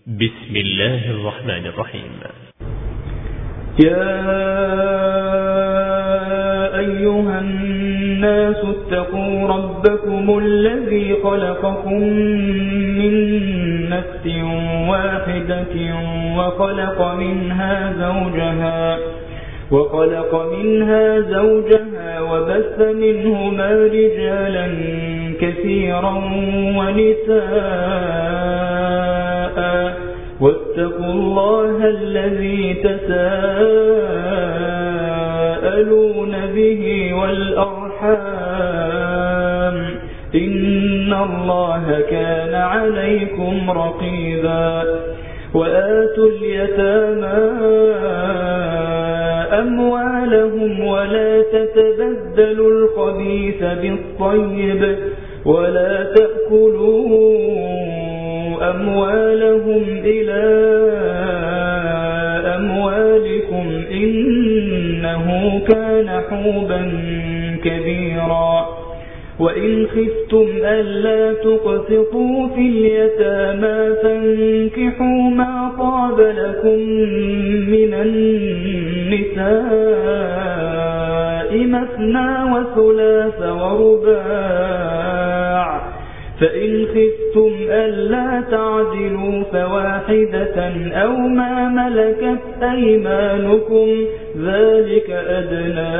بسم الله الرحمن الرحيم. يا أيها الناس اتقوا ربكم الذي خلقكم من نفس واحدة وخلق منها زوجها وبث منهما رجالا كثيرا ونساء واتقوا الله الذي تساءلون به والأرحام إن الله كان عليكم رقيبا. وآتوا اليتامى أموالهم ولا تتبدلوا الخبيث بالطيب ولا تأكلوا أموالهم إلى أموالكم إنه كان حوبا كبيرا. وإن خفتم ألا تقسطوا في اليتامى فانكحوا ما طاب لكم من النساء مثنى وثلاث ورباع، فإن خفتم ألا تعدلوا فواحدة أو ما ملكت أيمانكم ذلك أدنى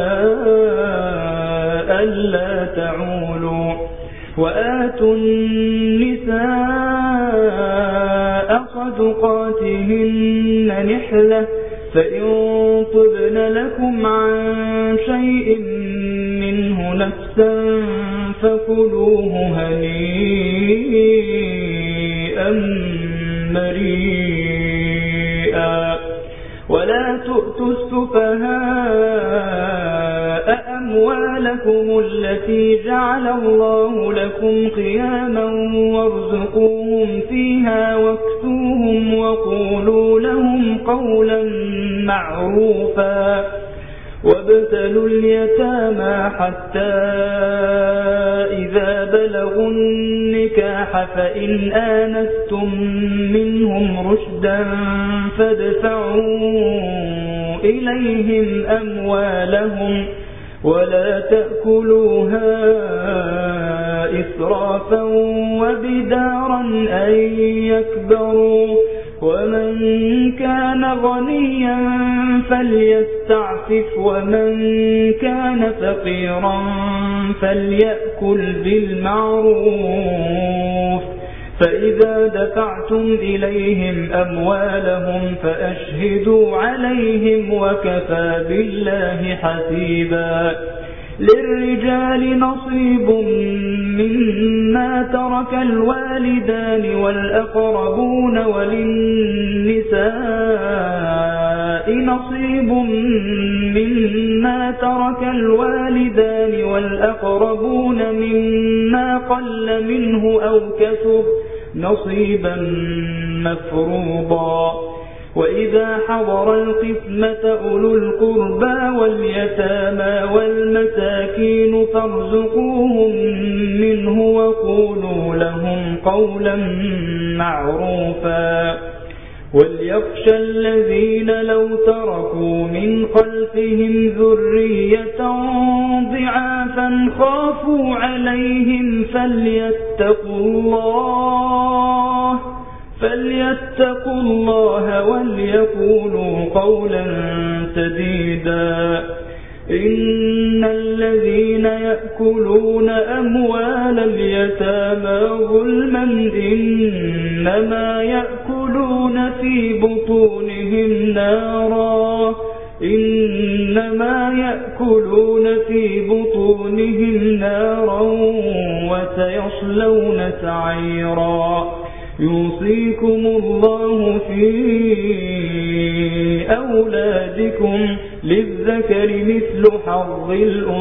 ألا تعولوا. وآتوا النساء صدقاتهن نحلة فإن طبن لكم عن شيء منه نفسا فكلوه هنيئا مريئا. ولا تؤتوا السفهاء أموالكم التي جعل الله لكم قياما وارزقوهم فيها واكسوهم وقولوا لهم قولا معروفا. وابتلوا اليتامى حتى إذا بلغوا النكاح فإن آنستم منهم رشدا فادفعوا إليهم أموالهم ولا تأكلوها إسرافا وبدارا أن يكبروا. ومن كان غنيا فليستعفف ومن كان فقيرا فليأكل بالمعروف. فإذا دفعتم إليهم أموالهم فأشهدوا عليهم وكفى بالله حسيبا. للرجال نصيب مما ترك الوالدان والأقربون وللنساء نصيب مما ترك الوالدان والأقربون مما قل منه أو كثر نصيبا مفروضا. وإذا حضر القسمة أولو القربى واليتامى والمساكين فارزقوهم منه وقولوا لهم قولا معروفا. وليخشى الذين لو تركوا من خلفهم ذرية ضعافا خافوا عليهم فليتقوا الله وليقولوا قولا سديدا. إن الذين يأكلون أموال اليتامى ظلما إنما يأكلون في بطونهم نارا وسيصلون سعيرا. يوصيكم الله في أولادكم للذكر مثل حظ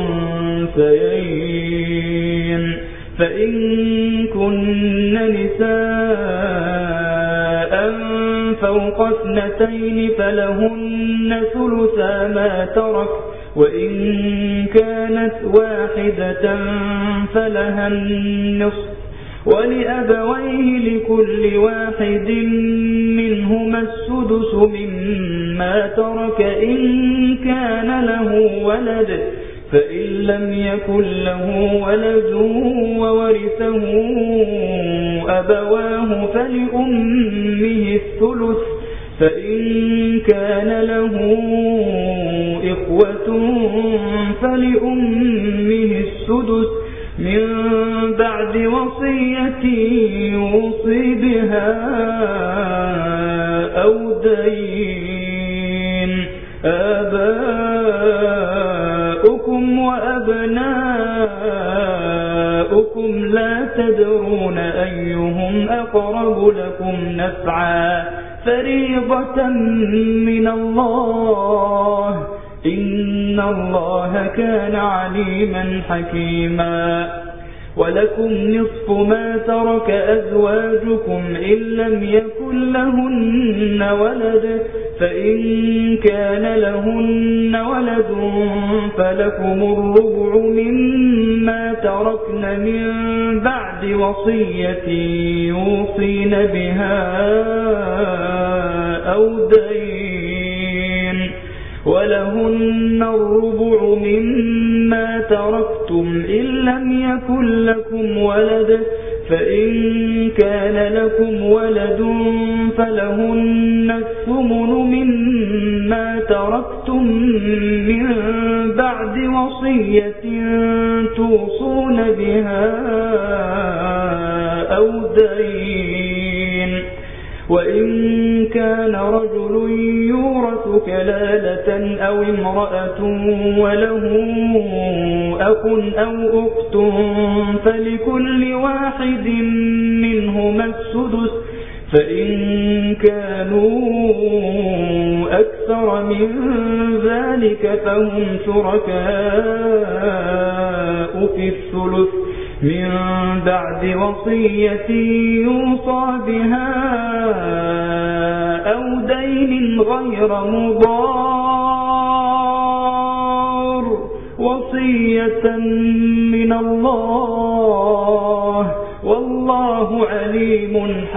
الأنثيين. فإن كن نساء فوق 2 فلهن ثلثا ما ترك وإن كانت واحدة فلها النصف ولأبويه لكل واحد منهما السدس مما ترك إن كان له ولد فإن لم يكن له ولد وورثه أبواه فلأمه الثلث فإن كان له إخوة فلأمه السدس من بعد وصية يوصي بها أو دين آباؤكم وأبناؤكم لا تدرون أيهم أقرب لكم نفعا فريضة من الله إن الله كان عليما حكيما ولكم نصف ما ترك أزواجكم إن لم يكن لهن ولد فإن كان لهن ولد فلكم الربع مما تركن من بعد وصية يوصين بها أو دين ولهن الربع مما تركتم إن لم يكن لكم ولد فإن كان لكم ولد فلهن الثمن مما تركتم من بعد وصية توصون بها أو دين وإن كان رجل يورث كلالة أو امرأة وله أخ أو أخت فلكل واحد منهما السدس فإن كانوا أكثر من ذلك فهم شركاء في الثلث من بعد وصية يوصى بها أو دين غير مضار وصية من الله والله عليم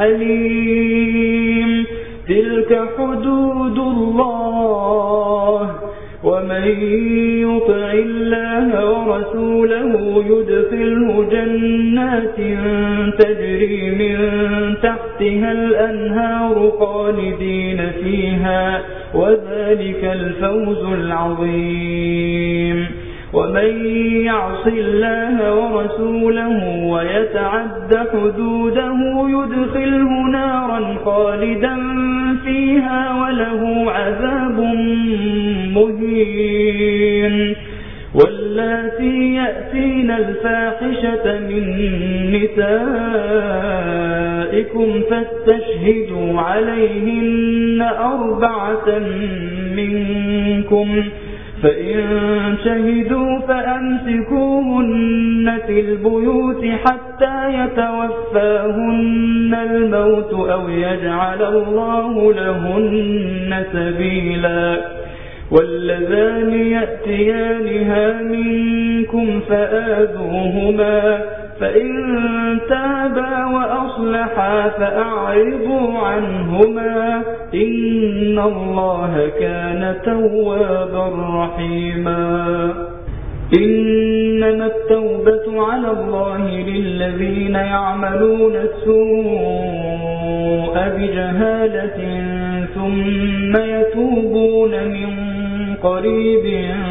حليم تلك حدود الله ومن يطع الله ورسوله يدخله جنات تجري من تحتها الأنهار خالدين فيها وذلك الفوز العظيم ومن يعص الله ورسوله ويتعد حدوده يدخله نارا خالدا فيها وله عذاب مهين واللاتي يأتين الفاحشة من نسائكم فاستشهدوا عليهن 4 منكم فإن شهدوا فأمسكوهن في البيوت حتى يتوفاهن الموت أو يجعل الله لهن سبيلا واللذان يأتيانها منكم فآذوهما فإن تابا وأصلحا فأعرضوا عنهما إن الله كان توابا رحيما إنما التوبة على الله للذين يعملون السوء بجهالة ثم يتوبون من قريب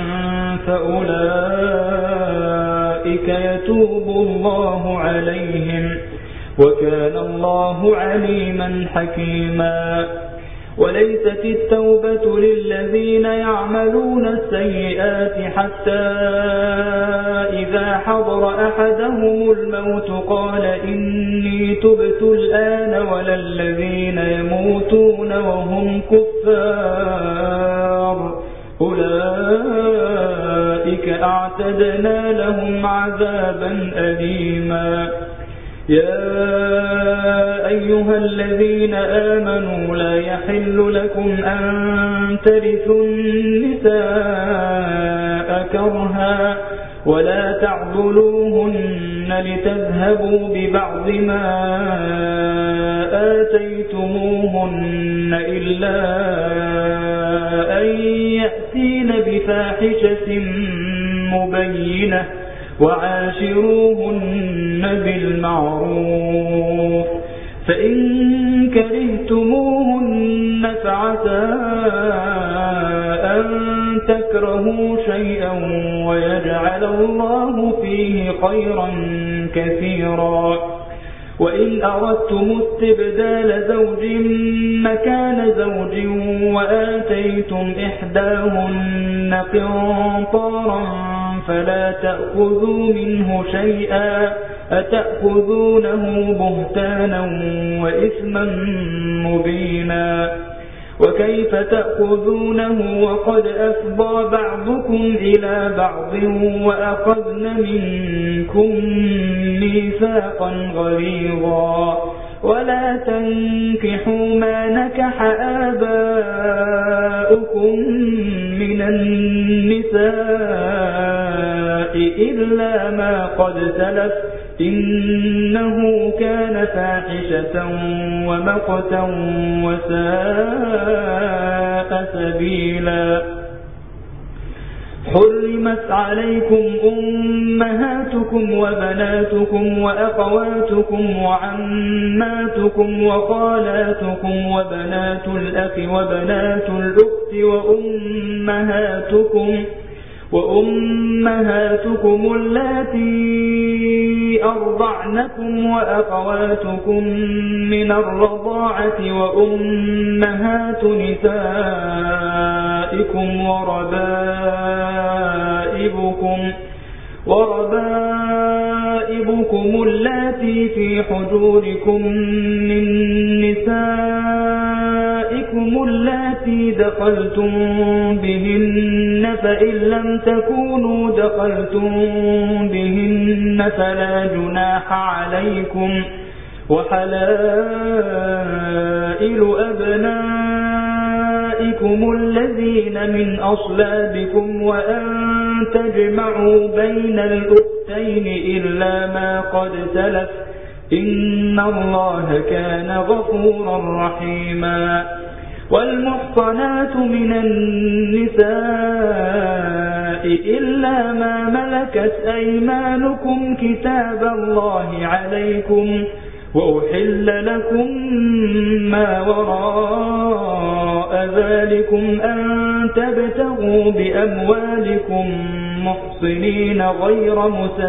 فأولئك يتوب الله عليهم وكان الله عليما حكيما وليست التوبة للذين يعملون السيئات حتى إذا حضر أحدهم الموت قال إني تبت الآن ولا الذين يموتون وهم كفار أولئك أعتدنا لهم عذابا أليما يا أيها الذين آمنوا لا يحل لكم أن ترثوا النساء كرها ولا تعضلوهن لتذهبوا ببعض ما آتيتموهن إلا أن يأتين بفاحشة مبينة وعاشروهن بالمعروف فإن كرهتموهن فعسى أن تكرهوا شيئا ويجعل الله فيه خيرا كثيرا وإن أردتم استبدال زوج مكان زوج وآتيتم إحداهن قنطارا فلا تأخذوا منه شيئا أتأخذونه بهتانا وإثما مبينا وكيف تأخذونه وقد أفضى بعضكم إلى بعض وأخذن منكم ميثاقا غليظا ولا تنكحوا ما نكح آباؤكم من النساء إلا ما قد سلف إنه كان فاحشة ومقتا وساء سبيلا حرمت عليكم أمهاتكم وبناتكم وأخواتكم وعماتكم وخالاتكم وبنات الأخ وبنات الأخت وأمهاتكم اللاتي أرضعنكم وأخواتكم من الرضاعة وأمهات نسائكم وربائبكم اللاتي في حجوركم من نسائكم اللاتي دخلتم بهن فإن لم تكونوا دخلتم بهن فلا جناح عليكم وحلائل أبنائكم الذين من أصلابكم وأن تجمعوا بين الأختين إلا ما قد سلف إن الله كان غفورا رحيما والمحصنات من النساء إلا ما ملكت أيمانكم كتاب الله عليكم وأحل لكم ما وراء ذلكم أن تبتغوا بأموالكم محصنين غير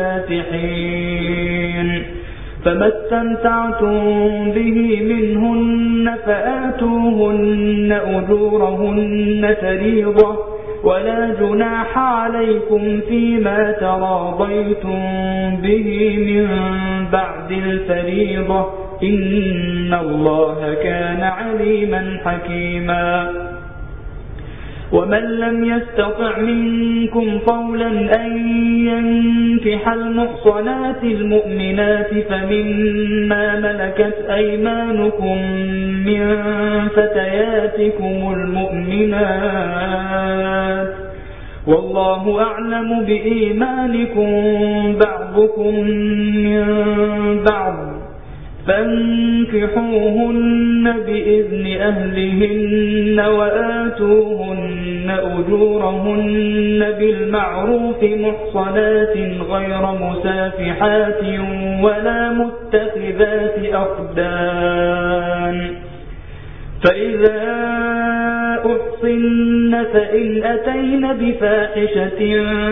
مسافحين فما استمتعتم به منهن فآتوهن أجورهن فريضة ولا جناح عليكم فيما تراضيتم به من بعد الفريضة إن الله كان عليما حكيما ومن لم يستطع منكم قولا أن ينكح المحصنات المؤمنات فمما ملكت أيمانكم من فتياتكم المؤمنات والله أعلم بإيمانكم بعضكم من بعض فانكحوهن بإذن أهلهن وآتوهن أجورهن بالمعروف محصنات غير مسافحات ولا متخذات أخدان فإذا أحصن فإن أتين بفاحشة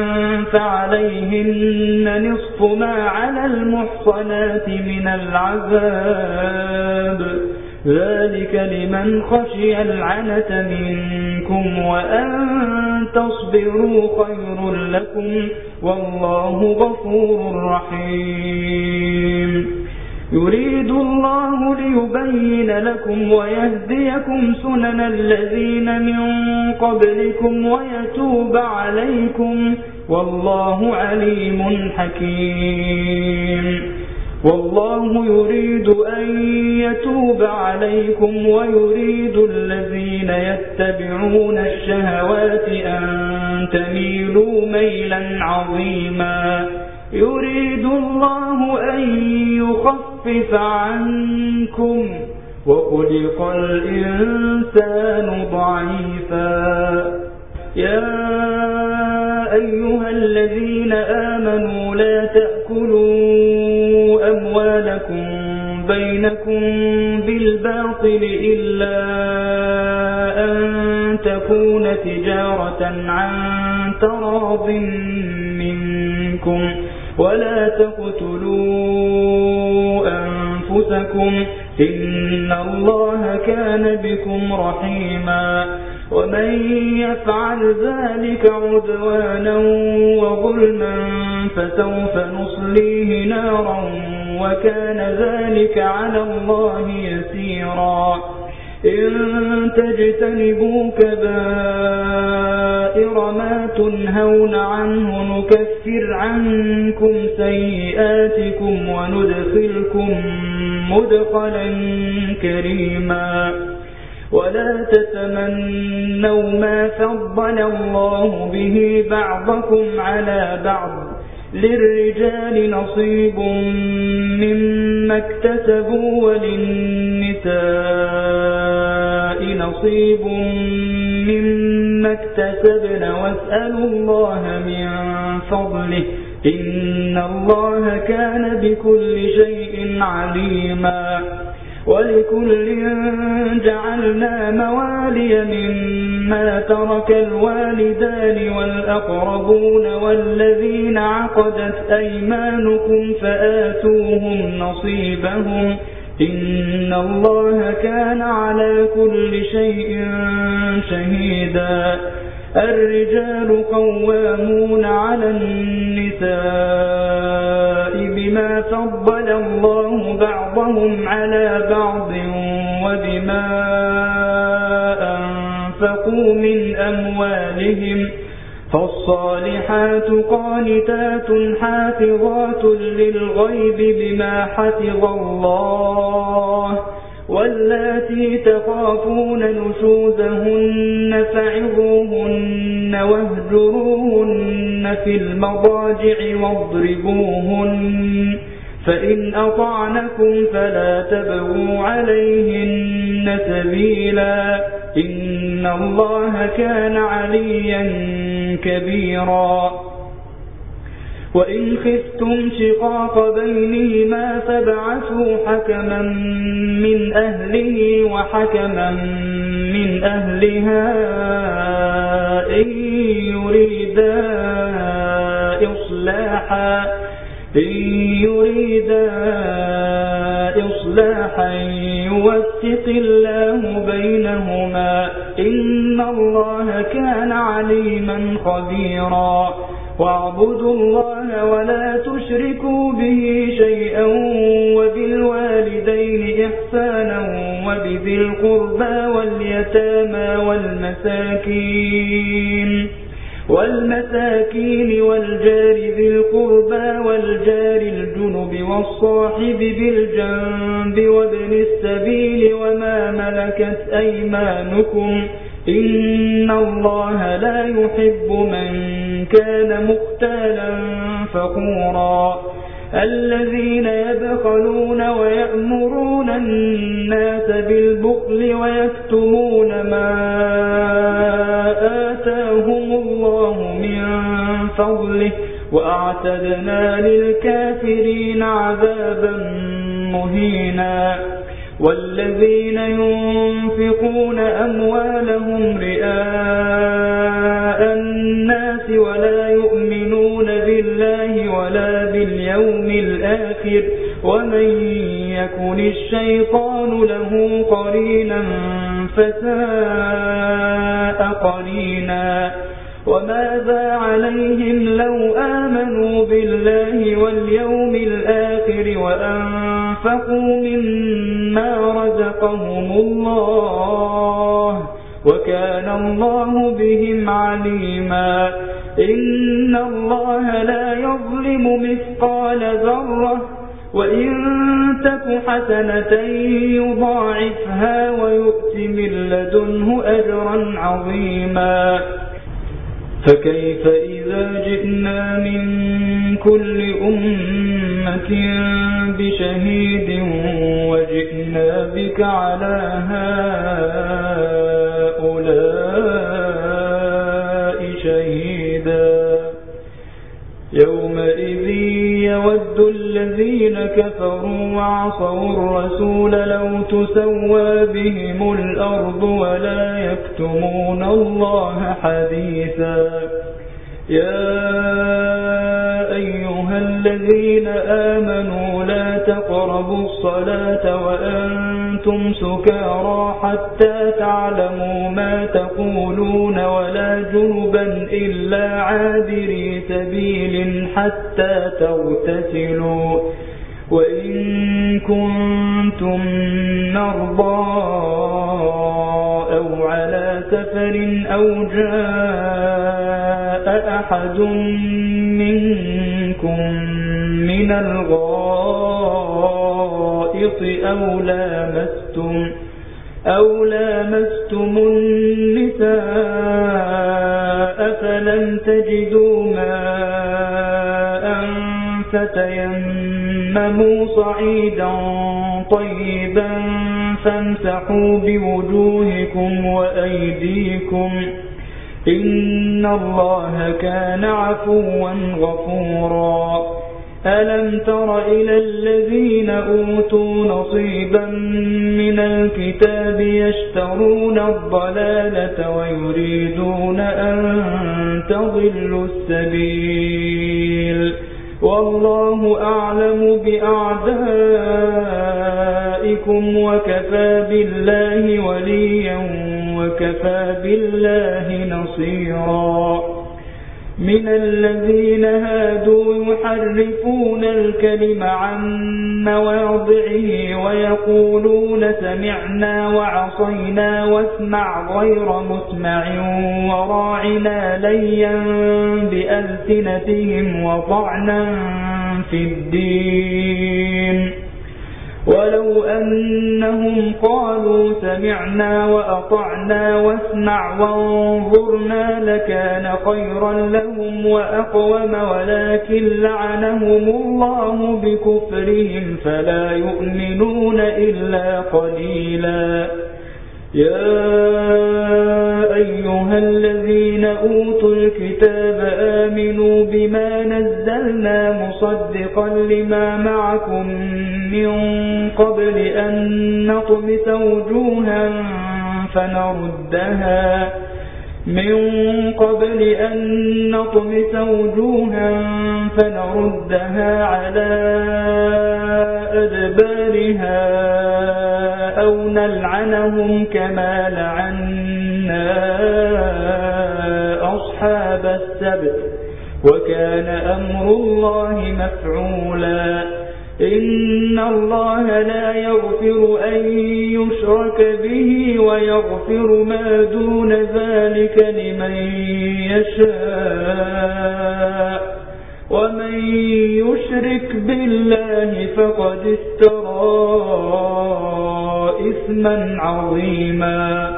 فعليهن نصف ما على المحصنات من العذاب ذلك لمن خشي العنة منكم وأن تصبروا خير لكم والله غفور رحيم يريد الله ليبين لكم ويهديكم سنن الذين من قبلكم ويتوب عليكم والله عليم حكيم والله يريد أن يتوب عليكم ويريد الذين يتبعون الشهوات أن تميلوا ميلا عظيما يريد الله أن يخفف عنكم وخلق الإنسان ضعيفا يا أيها الذين آمنوا لا تأكلوا أموالكم بينكم بالباطل إلا أن تكون تجارة عن تراض منكم ولا تقتلوا أنفسكم إن الله كان بكم رحيما ومن يفعل ذلك عدوانا وظلما فسوف نصليه نارا وكان ذلك على الله يسيرا إن تجتنبوا كبائر ما تنهون عنه نكفر عنكم سيئاتكم وندخلكم مدخلا كريما ولا تتمنوا ما فضل الله به بعضكم على بعض للرجال نصيب مما اكتسبوا وللنساء نصيب مما اكتسبن واسألوا الله من فضله إن الله كان بكل شيء عليما ولكل جعلنا موالي مما ترك الوالدان والأقربون والذين عقدت أيمانكم فآتوهم نصيبهم إن الله كان على كل شيء شهيدا الرجال قوامون على النساء بما فضل الله بعضهم على بعض وبما أنفقوا من أموالهم فالصالحات قانتات حافظات للغيب بما حفظ الله واللاتي تخافون نشوزهن فعظوهن واهجروهن في المضاجع واضربوهن فإن أطعنكم فلا تبغوا عليهن سبيلا إن الله كان عليا كبيرا وإن خفتم شقاق بينهما فابعثوا حكما من أهله وحكما من أهلها إن يريدا إصلاحا يوفق الله بينهما إن الله كان عليما خبيرا واعبدوا الله ولا تشركوا به شيئا وبالوالدين إحسانا وبذي القربى واليتامى والمساكين والجار ذي القربى والجار الجنب والصاحب بالجنب وابن السبيل وما ملكت أيمانكم إن الله لا يحب من كان مختالا فخورا الذين يبخلون ويأمرون الناس بالبخل ويكتمون ما آتاهم الله من فضله وأعتدنا للكافرين عذابا مهينا والذين ينفقون أموالهم رئاء الناس ولا يؤمنون بالله ولا باليوم الآخر ومن يكن الشيطان له قرينا فساء قرينا وماذا عليهم لو آمنوا بالله واليوم الآخر وأنفقوا مما رزقهم الله وكان الله بهم عليما إن الله لا يظلم مثقال ذرة وإن تك حسنة يضاعفها ويؤت من لدنه أجرا عظيما فكيف إذا جئنا من كل أمة بشهيد وجئنا بك على هؤلاء شهيدا يومئذ يود الذين كفروا وعصوا الرسول لو تسوى بهم الأرض ولا يكتمون الله حديثا يا أيها الذين آمنوا لا تقربوا الصلاة وأنتم سكارى حتى تعلموا ما تقولون ولا جنبا إلا عابري سبيل حتى تغتسلوا وإن كنتم مرضى أو على سفر أو جاء أحد منكم من الغائط أو لامستم النساء فلم تجدوا ماء فتيمموا صعيدا طيبا فامسحوا بوجوهكم وأيديكم إن الله كان عفوا غفورا ألم تر إلى الذين أوتوا نصيبا من الكتاب يشترون الضلالة ويريدون أن تضلوا السبيل والله أعلم بأعدائكم وكفى بالله وليا وكفى بالله نصيرا من الذين هادوا يحرفون الكلم عن مواضعه ويقولون سمعنا وعصينا واسمع غير مسمع وراعنا ليا بألسنتهم وطعنا في الدين ولو أنهم قالوا سمعنا وأطعنا واسمع وانظرنا لكان خيرا لهم وأقوم ولكن لعنهم الله بكفرهم فلا يؤمنون إلا قليلا يا أيها الذين أوتوا الكتاب آمنوا بما نزلنا مصدقا لما معكم من قبل أن نطمس وجوها فنردها على أدبارها أو نلعنهم كما لعنا أصحاب السبت وكان أمر الله مفعولا إن الله لا يغفر أن يشرك به ويغفر ما دون ذلك لمن يشاء ومن يشرك بالله فقد افترى إثما عظيما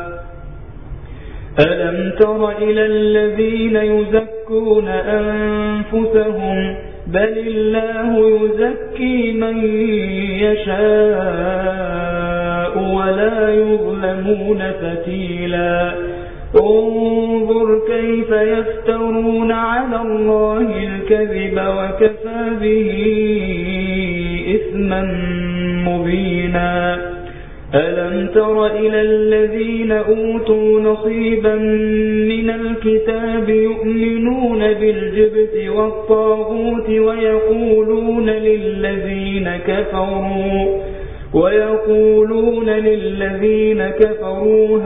ألم تر إلى الذين يزكون أنفسهم بل الله يزكي من يشاء ولا يظلمون فتيلا انظر كيف يفترون على الله الكذب وكفى به إثما مبينا ألم تر إلى الذين أوتوا نصيبا من الكتاب يؤمنون بالجبت والطاغوت ويقولون للذين كفروا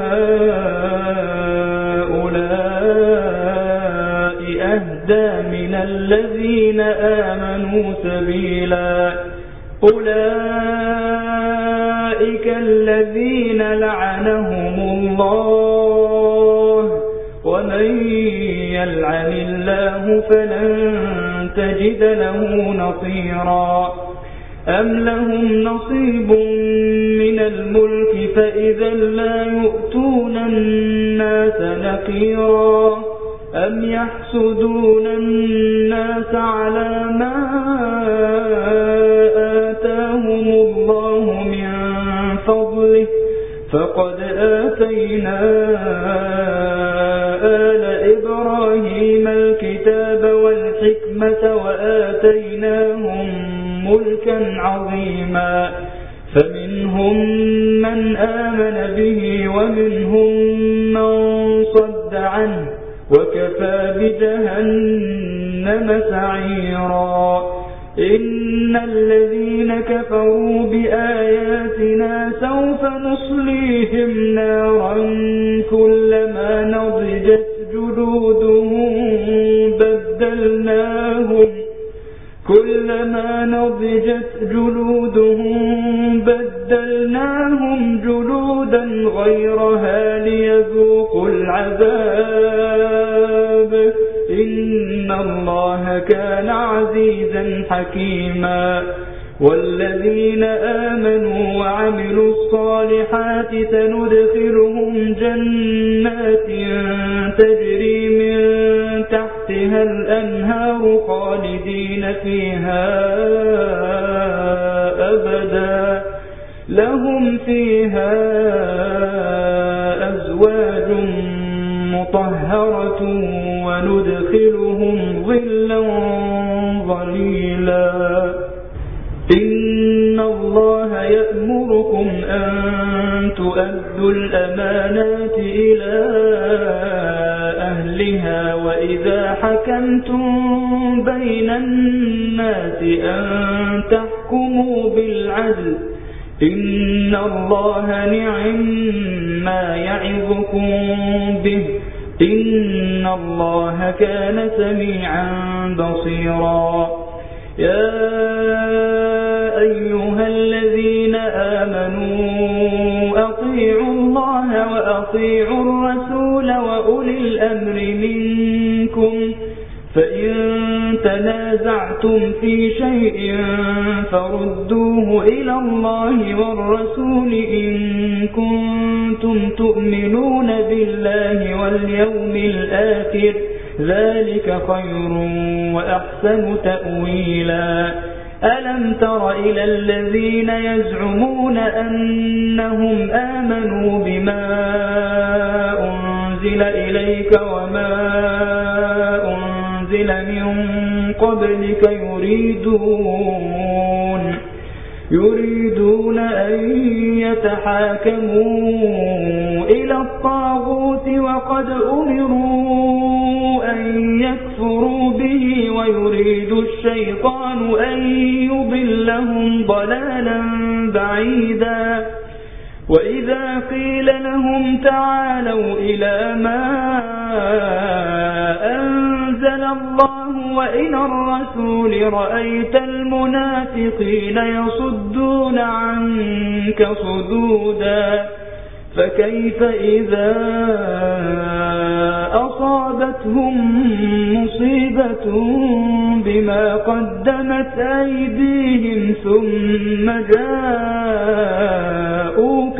هؤلاء أهدى من الذين آمنوا سبيلا أولئك الذين لعنهم الله ومن يلعن الله فلن تجد له نصيرا أم لهم نصيب من الملك فإذا لا يؤتون الناس نقيرا أم يحسدون الناس على ما آتاهم الله من فضله فقد آتينا آل إبراهيم الكتاب والحكمة وآتيناهم ملكا عظيما فمنهم من آمن به ومنهم من صد عنه وكفى بجهنم سعيرا إن الذين كفروا بآياتنا سوف نصليهم نارا كلما نضجت جلودهم بدلناهم جلودا غيرها ليذوقوا العذاب إن الله كان عزيزا حكيما والذين آمنوا وعملوا الصالحات سندخلهم جنات تجري من تحتها الأنهار خالدين فيها أبدا لهم فيها أزواج مطهرة وندخلهم ظلا ظليلا إن الله يأمركم أن تؤدوا الأمانات إلى أهلها وإذا حكمتم بين الناس أن تحكموا بالعدل إن الله نعم ما يعظكم به إن الله كان سميعا بصيرا يا أيها الذين آمنوا أطيعوا الله وأطيعوا الرسول وأولي الأمر منكم فإن تنازعتم في شيء فردوه إلى الله والرسول إن كنتم تؤمنون بالله واليوم الآخر ذلك خير وأحسن تأويلا ألم تر إلى الذين يزعمون أنهم آمنوا بما أنزل إليك وما أنزل من قبلك يريدون أن يتحاكموا إلى الطاغوت وقد أمروا أن يكفروا به ويريد الشيطان أن يضلهم ضلالا بعيدا وإذا قيل لهم تعالوا إلى ما أنزل الله وإلى الرسول رأيت المنافقين يصدون عنك صدودا فكيف إذا أصابتهم مصيبة بما قدمت أيديهم ثم جاءوك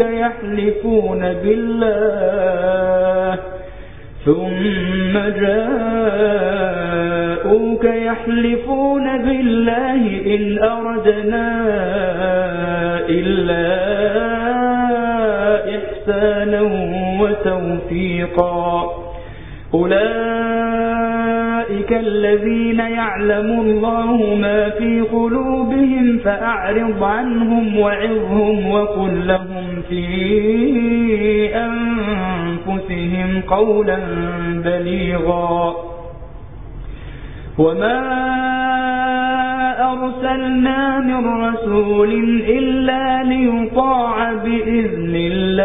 يحلفون بالله إن أردنا إلا إحسانا وتوفيقا أولئك الذين يعلم الله ما في قلوبهم فأعرض عنهم وعظهم وقل لهم في أنفسهم قولا بليغا وما أرسلنا من رسول إلا ليطاع بإذن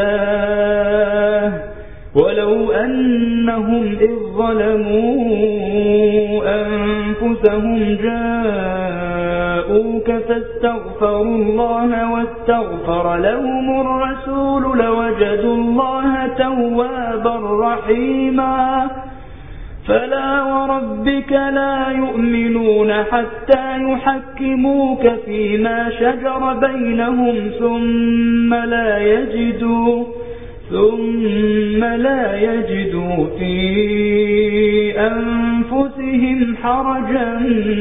الله ولو أنهم إذ ظلموا أنفسهم جاءوك فاستغفروا الله واستغفر لهم الرسول لوجدوا الله توابا رحيما فلا وربك لا يؤمنون حتى يحكموك فيما شجر بينهم ثم لا يجدوا في أنفسهم حرجا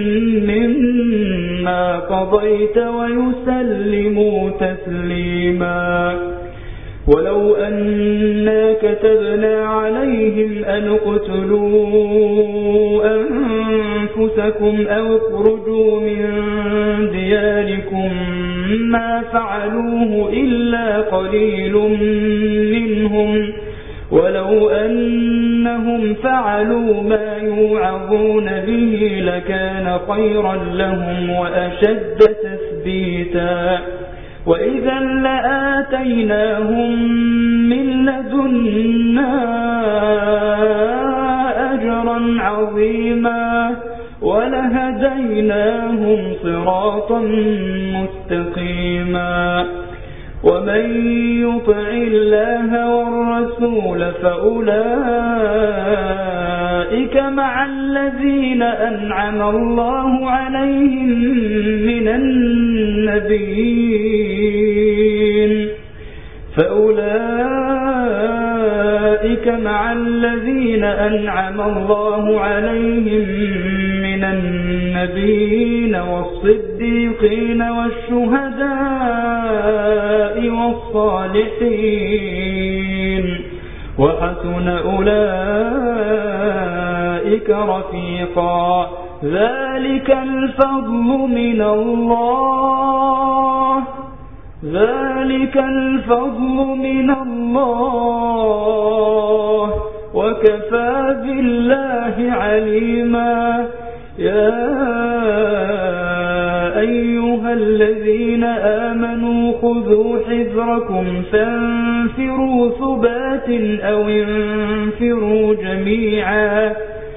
مما قضيت ويسلموا تسليما. ولو أنا كتبنا عليهم أن اقتلوا أنفسكم أو اخرجوا من دياركم ما فعلوه إلا قليل منهم، ولو أنهم فعلوا ما يوعظون به لكان خيرا لهم وأشد تثبيتا، وإذا لآتيناهم من لدنا أجرا عظيما ولهديناهم صراطا مستقيما. ومن يطع الله والرسول فأولئك مع الذين أنعم الله عليهم من النبيين والصديقين والشهداء والصالحين وحسن أولئك رفيقا. ذلك الفضل من الله وكفى بالله عليما. يا أيها الذين آمنوا خذوا حذركم فانفروا ثبات أو انفروا جميعا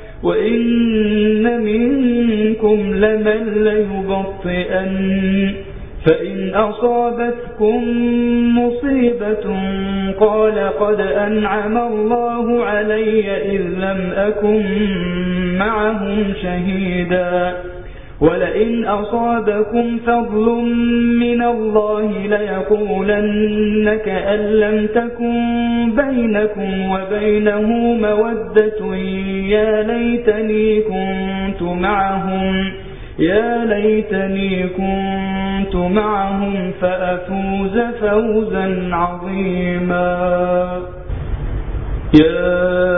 وإن منكم لمن ليبطئن فإن أصابتكم مصيبة قال قد أنعم الله علي إذ لم أكن معهم شهيدا ولئن أصابكم فضل من الله ليقولن كأن لم تكن بينكم وبينه مودة يا ليتني كنت معهم فأفوز فوزا عظيما. يا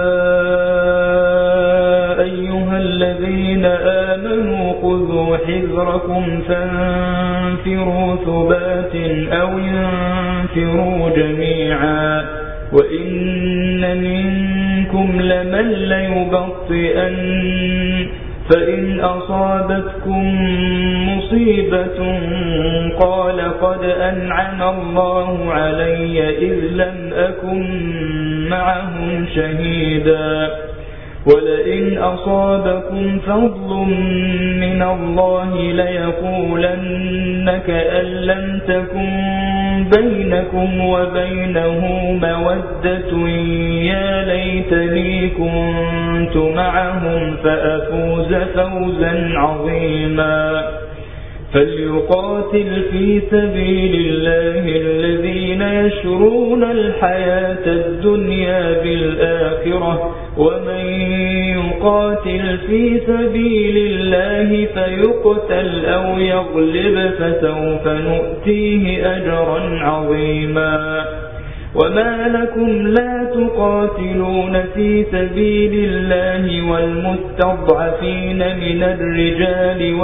أيها الذين آمنوا خذوا حذركم فانفروا ثبات أو انفروا جميعا وإن منكم لمن ليبطئن فإن أصابتكم مصيبة قال قد أنعم الله علي إذ لم أكن معهم شهيدا ولئن أصابكم فضل من الله ليقولن كأن لم تكن بينكم وبينه مودة يا ليتني كنت معهم فأفوز فوزا عظيما. فليقاتل في سبيل الله الذين يشرون الحياة الدنيا بالآخرة ومن يقاتل في سبيل الله فيقتل أو يغلب فسوف نؤتيه أجرا عظيما. وما لكم لا تقاتلون في سبيل الله والمستضعفين من الرجال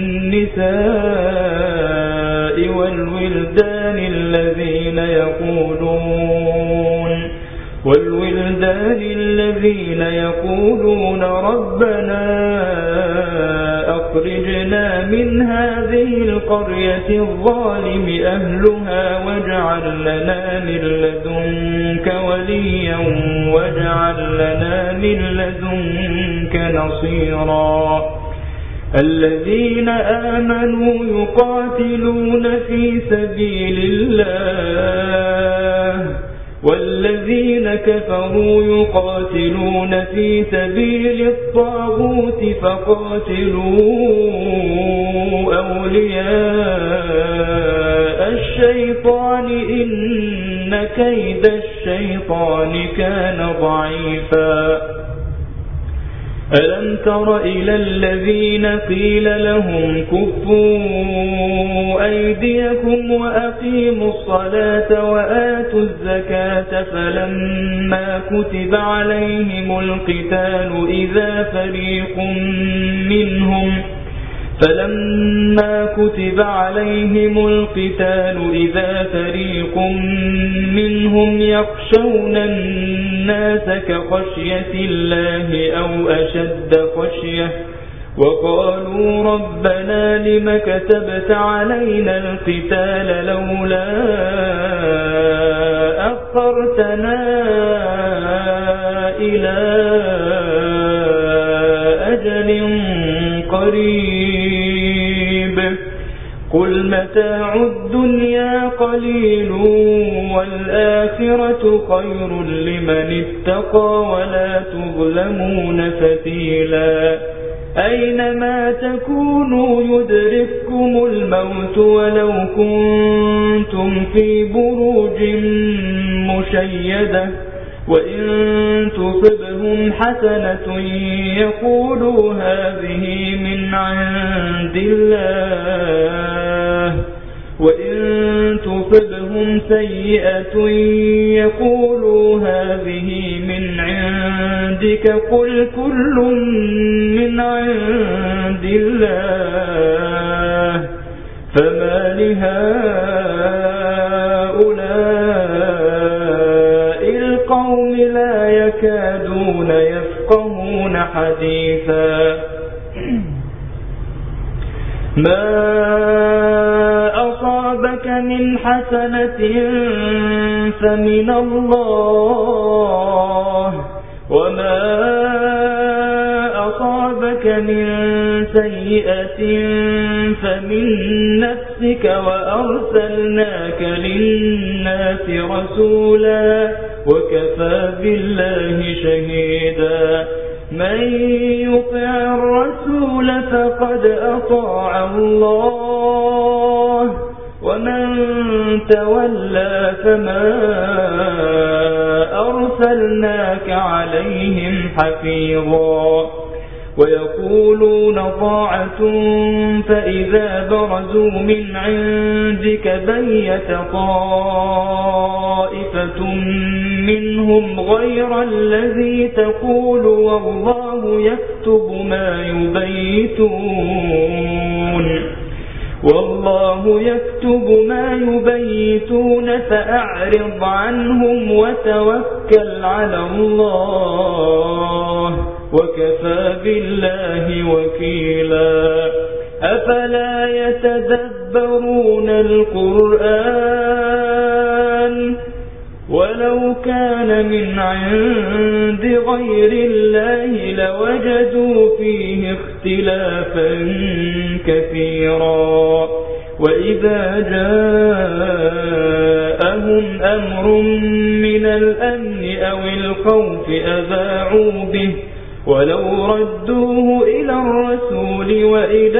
والنساء والولدان الذين يقولون ربنا أخرجنا من هذه القرية الظالم أهلها واجعل لنا من لدنك وليا واجعل لنا من لدنك نصيرا. الذين آمنوا يقاتلون في سبيل الله والذين كفروا يقاتلون في سبيل الطاغوت فقاتلوا أولياء الشيطان إن كيد الشيطان كان ضعيفا ألم تر إلى الذين قيل لهم كفوا أيديكم وأقيموا الصلاة وآتوا الزكاة فلما كتب عليهم القتال إذا فريق منهم يخشون الناس كخشية الله أو أشد خشية وقالوا ربنا لم كتبت علينا القتال لولا أخرتنا إلى أجل قريب قل متاع الدنيا قليل والآخرة خير لمن اتقى ولا تظلمون فتيلا أينما تكونوا يدرككم الموت ولو كنتم في بروج مشيدة وإن تصبهم حسنة يقولوا هذه من عند الله وإن تصبهم سيئة يقولوا هذه من عندك قل كل من عند الله فما لهؤلاء القوم لا يكادون يفقهون حديثا ما أصابك من حسنة فمن الله وما أصابك من سيئة فمن نفسك وأرسلناك للناس رسولا وكفى بالله شهيدا من يطع الرسول فقد أطاع الله ومن تولى فما أرسلناك عليهم حفيظا ويقولون طاعة فإذا برزوا من عندك بيت طائفة منهم غير الذي تقول والله يكتب ما يبيتون فأعرض عنهم وتوكل على الله وكفى بالله وكيلا أفلا يتدبرون القرآن ولو كان من عند غير الله لوجدوا فيه اختلافا كثيرا وإذا جاءهم أمر من الأمن أو الخوف أذاعوا به ولو ردوه إلى الرسول وإلى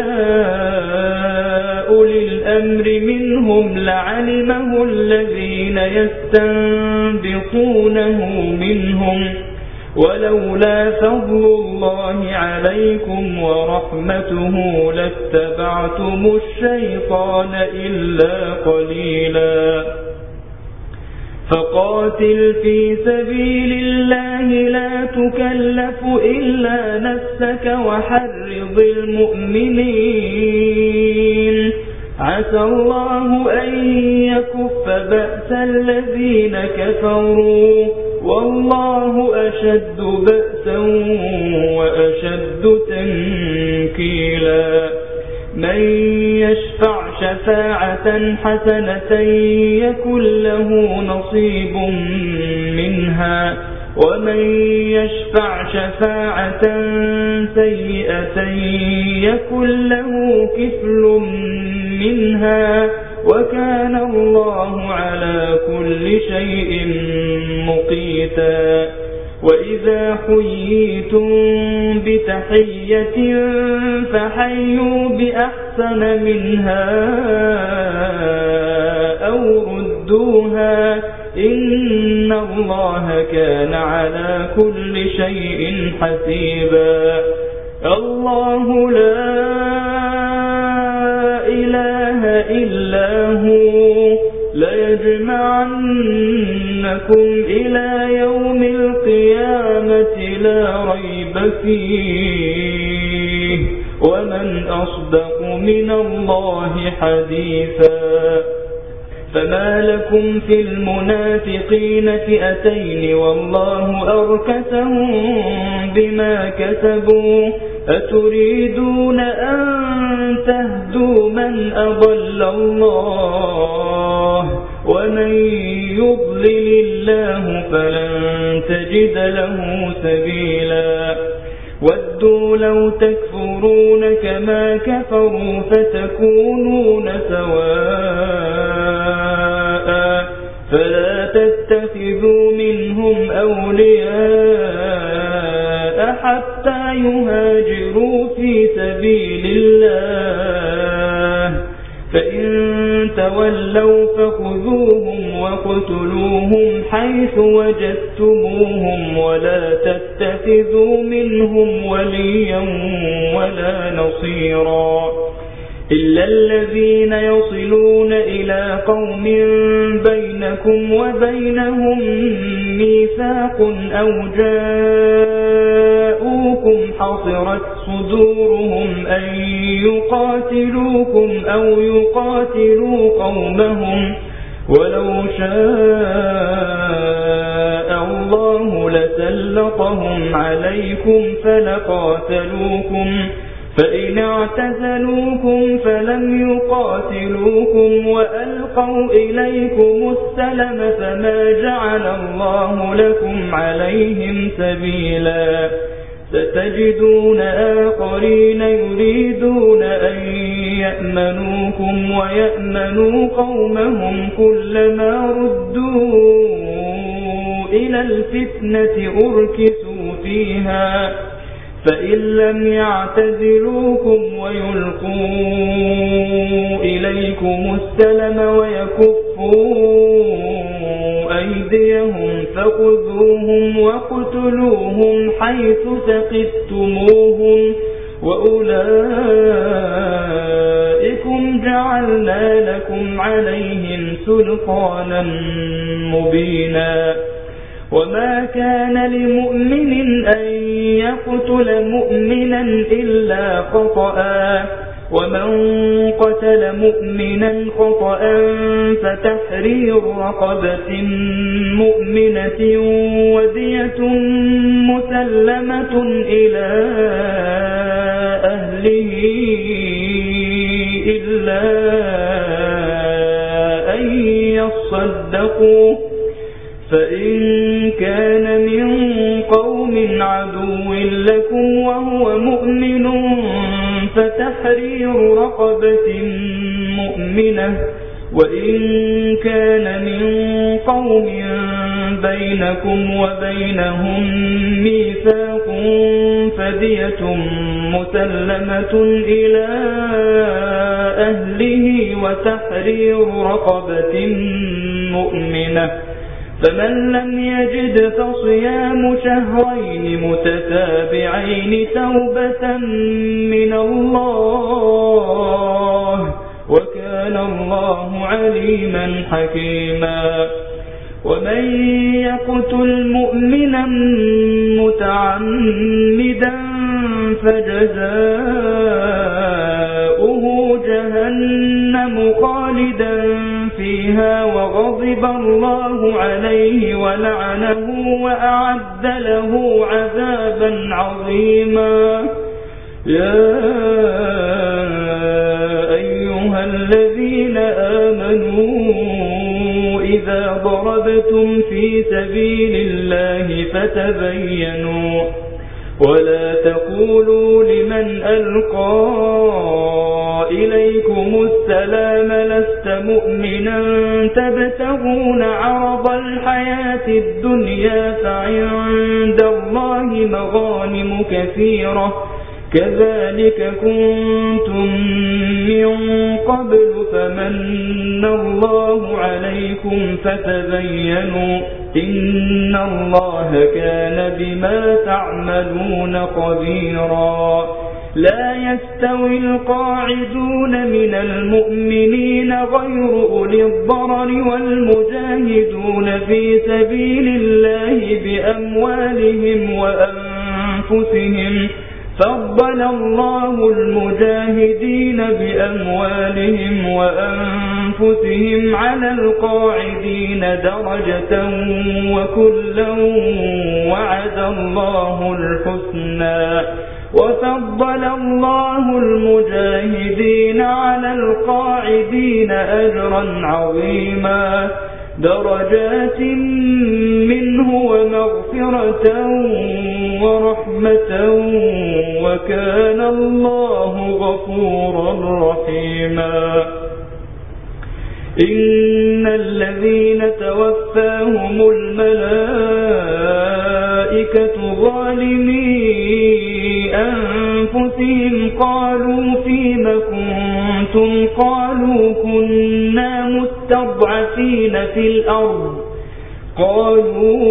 أولي الأمر منهم لعلمه الذين يستنبطونه منهم ولولا فضل الله عليكم ورحمته لاتبعتم الشيطان إلا قليلا فقاتل في سبيل الله لا تكلف إلا نفسك وحرض المؤمنين عسى الله أن يكف بأس الذين كفروا والله أشد بأسا وأشد تنكيلا من يشفع شفاعة حسنة يكن له نصيب منها ومن يشفع شفاعة سيئة يكن له كفل منها وكان الله على كل شيء مقيتا وإذا حييتم بتحية فحيوا بأحسن منها أو ردوها إن الله كان على كل شيء حسيبا الله لا إله إلا هو ليجمعنكم إلى يوم القيامة لا ريب فيه ومن أصدق من الله حديثا فما لكم في المنافقين فئتين والله أركسهم بما كسبوا أتريدون أن تهدوا من أضل الله ومن يضلل الله فلن تجد له سبيلا ودوا لو تكفرون كما كفروا فتكونون سواء فلا تتخذوا منهم أولياء حتى يهاجروا في سبيل الله فإن تولوا فخذوهم وقتلوهم حيث وجدتموهم ولا تتخذوا منهم وليا ولا نصيرا إلا الذين يصلون إلى قوم بينكم وبينهم ميثاق أو جاءوكم حصرت صدورهم أن يقاتلوكم أو يقاتلوا قومهم ولو شاء الله لسلطهم عليكم فلقاتلوكم فإن اعتزلوكم فلم يقاتلوكم وألقوا إليكم السلم فما جعل الله لكم عليهم سبيلا ستجدون آخرين يريدون أن يأمنوكم ويأمنوا قومهم كلما ردوا إلى الفتنة أركسوا فيها فإن لم يعتزلوكم ويلقوا إليكم السلم ويكفوا أيديهم فخذوهم وقتلوهم حيث ثقفتموهم وأولئكم جعلنا لكم عليهم سلطانا مبينا وما كان لمؤمن أن يقتل مؤمنا إلا خطأ ومن قتل مؤمنا خطأ فتحرير رقبة مؤمنة ودية مسلمة إلى أهله إلا أن يصدقوا فإن كان من قوم عدو لكم وهو مؤمن فتحرير رقبة مؤمنة وإن كان من قوم بينكم وبينهم ميثاق فدية مسلمة إلى أهله وتحرير رقبة مؤمنة فمن لم يجد فصيام شهرين متتابعين توبة من الله وكان الله عليما حكيما ومن يقتل مؤمنا متعمدا فجزاؤه جهنم خالدا فيها وغضب الله عليه ولعنه وأعد له عذابا عظيما يا أيها الذين آمنوا إذا ضربتم في سبيل الله فتبينوا ولا تقولوا لمن ألقى إليكم السلام لست مؤمنا تبتغون عرض الحياة الدنيا فعند الله مغانم كثيرة كذلك كنتم من قبل فمن الله عليكم فتبينوا إن الله كان بما تعملون خبيرا لا يستوي القاعدون من المؤمنين غير أولي الضرر والمجاهدون في سبيل الله بأموالهم وأنفسهم فضل الله المجاهدين بأموالهم وأنفسهم على القاعدين درجة وكلا وعد الله الحسنى وفضل الله المجاهدين على القاعدين أجرا عظيما درجات منه ومغفرة ورحمة وكان الله غفورا رحيما إن الذين توفاهم الملائكة ظالمي أنفسهم قالوا فيم كنتم قالوا كنا مستضعفين في الأرض قالوا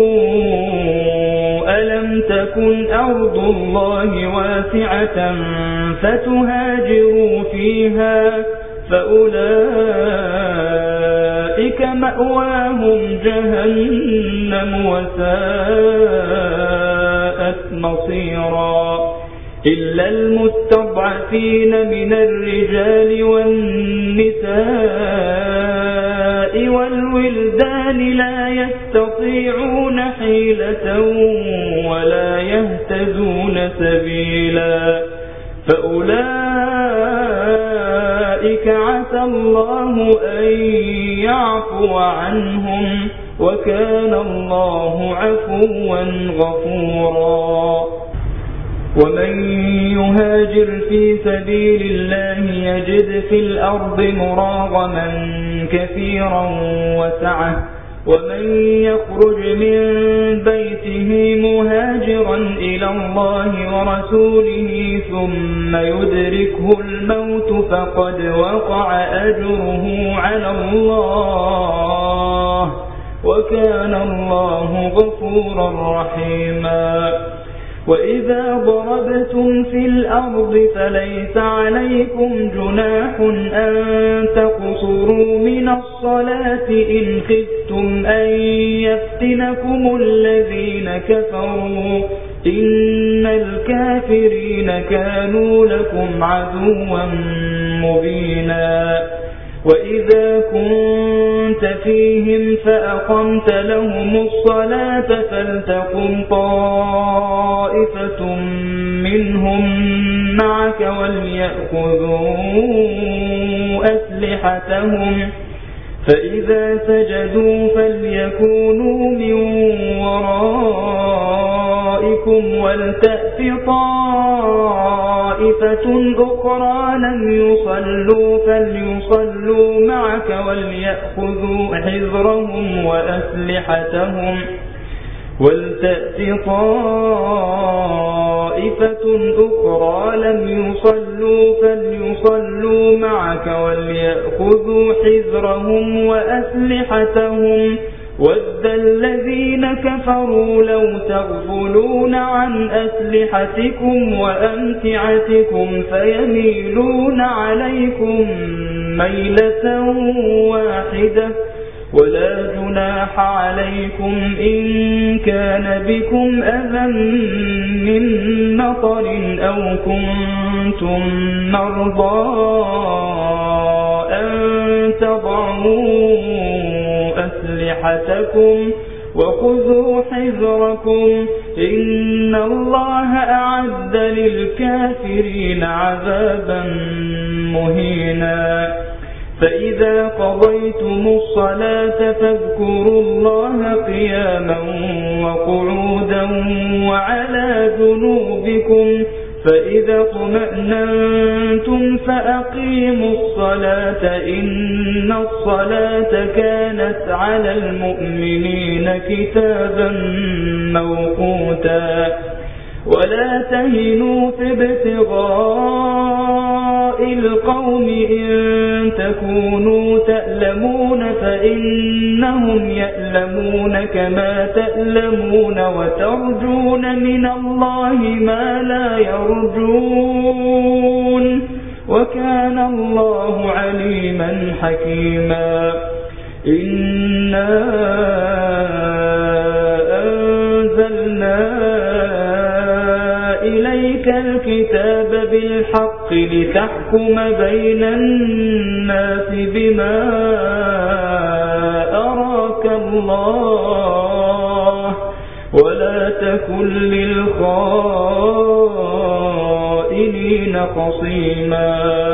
ألم تكن أرض الله واسعة فتهاجروا فيها فأولئك مأواهم جهنم وساءت مصيرا إلا المستضعفين من الرجال والنساء والولدان لا يستطيعون حيلة ولا يهتدون سبيلا فأولئك عسى الله أن يعفو عنهم وكان الله عفوا غفورا ومن يهاجر في سبيل الله يجد في الأرض مراغما كثيرا وسعة ومن يخرج من بيته مهاجرا إلى الله ورسوله ثم يدركه الموت فقد وقع أجره على الله وكان الله غفورا رحيما وإذا ضربتم في الأرض فليس عليكم جناح أن تقصروا من الصلاة إن خفتم أن يفتنكم الذين كفروا إن الكافرين كانوا لكم عدوا مبينا وإذا كنت فيهم فأقمت لهم الصلاة فلتقم طائفة منهم معك وليأخذوا أسلحتهم فإذا سجدوا فليكونوا من ورائكم ولتأت طائفة أخرى لم يصلوا فليصلوا معك وليأخذوا حذرهم وأسلحتهم ولتأت طائفة أخرى لم يصلوا فليصلوا معك وليأخذوا حذرهم وأسلحتهم ود الذين كفروا لو تغفلون عن أسلحتكم وأمتعتكم فيميلون عليكم ميلة واحدة ولا جناح عليكم إن كان بكم أذى من مطر أو كنتم مرضى أن تضعوا أسلحتكم وخذوا حذركم إن الله أعد للكافرين عذابا مهينا فإذا قضيتم الصلاة فاذكروا الله قياما وقعودا وعلى جنوبكم فإذا اطمأننتم فأقيموا الصلاة إن الصلاة كانت على المؤمنين كتابا موقوتا ولا تهنوا في ابتغاء القوم إن تكونوا تألمون فإنهم يألمون كما تألمون وترجون من الله ما لا يرجون وكان الله عليما حكيما إنا أنزلنا إليك الكتاب بالحق لتحكم بين الناس بما أراك الله ولا تكن للخائنين خصيما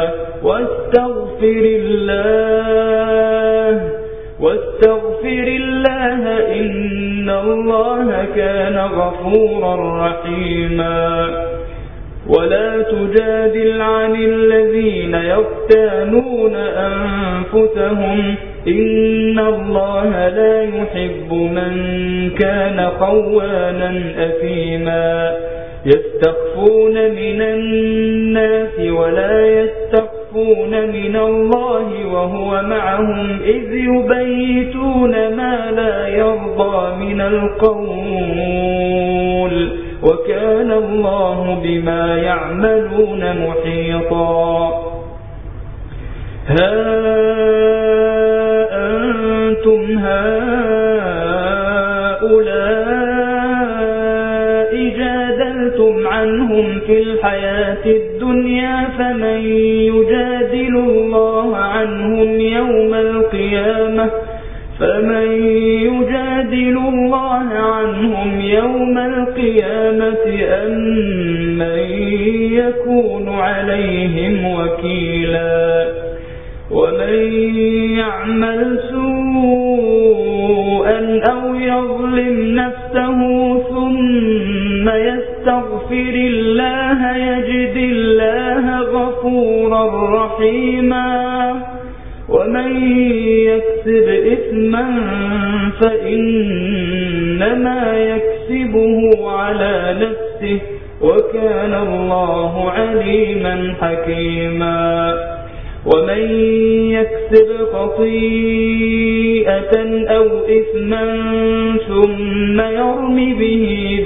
واستغفر الله إن الله كان غفورا رحيما ولا تجادل عن الذين يختانون أنفسهم إن الله لا يحب من كان خوانا أثيما يستخفون من الناس ولا يستخفون من الله وهو معهم إذ يبيتون ما لا يرضى من القول وكان الله بما يعملون محيطا ها أنتم هؤلاء جادلتم عنهم في الحياة الدنيا فمن يجادل الله عنهم يوم القيامة أم من يكون عليهم وكيلا ومن يعمل سوءا أو يظلم نفسه ثم يستغفر الله يجد الله غفورا رحيما ومن يكسب إثما فإنما يكسبه على نفسه وكان الله عليما حكيما ومن يكسب خطيئة أو إثما ثم يرم به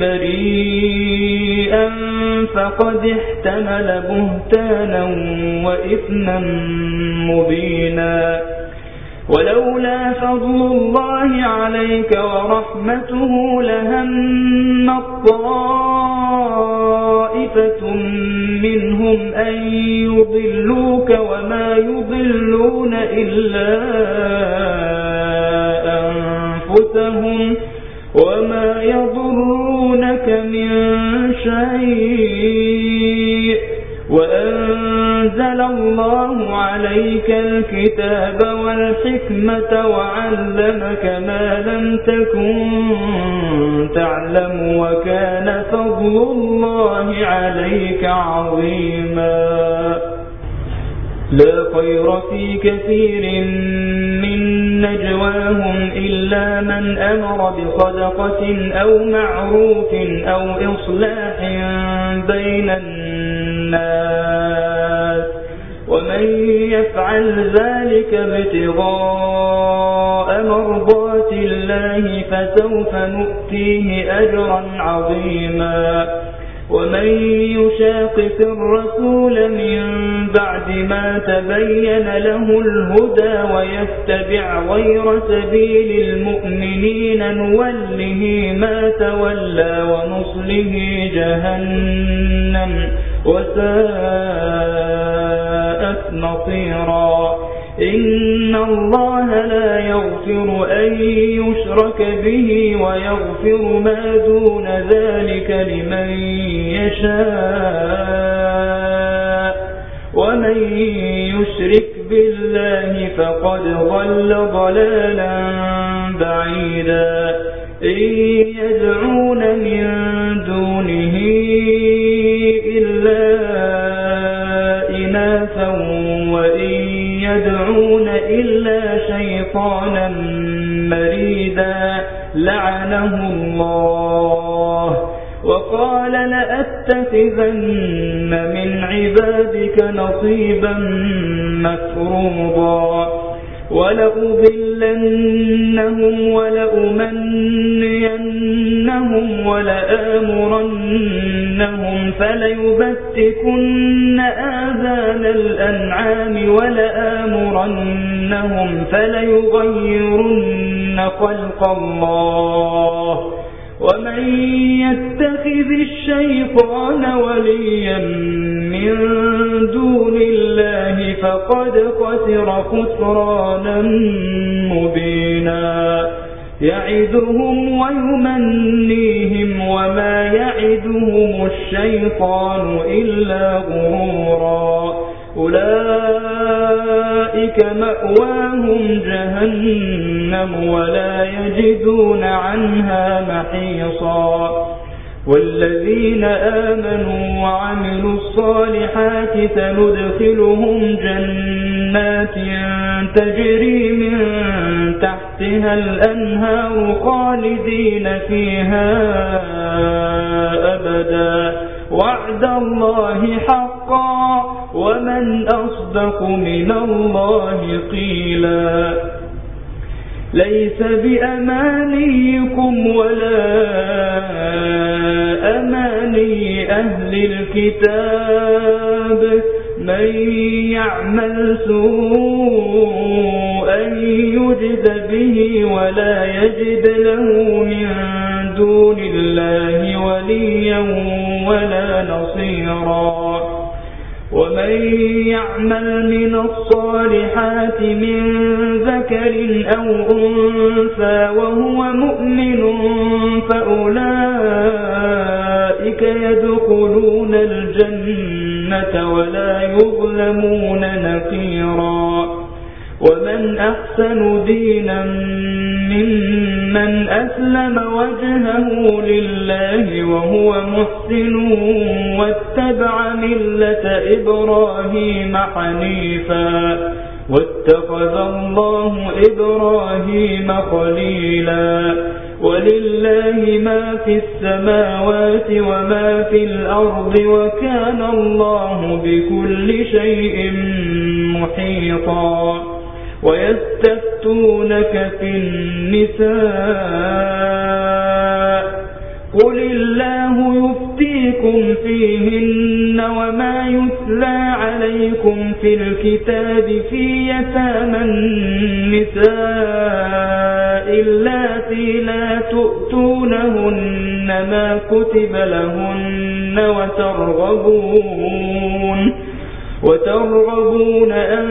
بريئا فقد احتمل بهتانا وإثما مبينا ولولا فضل الله عليك ورحمته لهم طائفة منهم أن يضلوك وما يضلون إلا أنفسهم وما يضرونك من شيء وأنزل الله عليك الكتاب والحكمة وعلمك ما لم تكن تعلم وكان فضل الله عليك عظيما لا خير في كثير من نجواهم إلا من أمر بصدقة أو معروف أو إصلاح بين الناس ومن يفعل ذلك ابتغاء مرضات الله فسوف نؤتيه أجرا عظيما ومن يشاقق الرسول من بعد ما تبين له الهدى ويتبع غير سبيل المؤمنين نوله ما تولى ونصله جهنم وساءت مصيرا إن الله لا يغفر أن يشرك به ويغفر ما دون ذلك لمن يشاء ومن يشرك بالله فقد ضل ضلالا بعيدا إن يدعون من دونه إلا لعنه الله وقال لأتخذن من عبادك نصيبا مفروضا ولأضلنهم ولأمنينهم ولآمرنهم فليبتكن آذان الأنعام ولآمرنهم فليغيرن خلق الله ومن يتخذ الشيطان وليا من دون الله فقد خسر خسرانا مبينا يعدهم ويمنيهم وما يعدهم الشيطان إلا غرورا أولئك مأواهم جهنم ولا يجدون عنها محيصا والذين آمنوا وعملوا الصالحات سندخلهم جنات تجري من تحتها الأنهار خالدين فيها أبدا وعد الله حقا ومن أصدق من الله قيلا ليس بأمانيكم ولا أماني أهل الكتاب من يعمل سوءا يجز به ولا يجد له من دون الله وليا ولا نصيرا ومن يعمل من الصالحات من ذكر أو أنثى وهو مؤمن فأولئك يدخلون الجنة ولا يظلمون نقيرا ومن أحسن دينا ممن أسلم وجهه لله وهو محسن واتبع ملة إبراهيم حنيفا واتخذ الله إبراهيم خليلا ولله ما في السماوات وما في الأرض وكان الله بكل شيء محيطا ويستفتونك في النساء قل الله يفتيكم فيهن وما يتلى عليكم في الكتاب في يتامى النساء اللاتي لا تؤتونهن ما كتب لهن وترغبون أن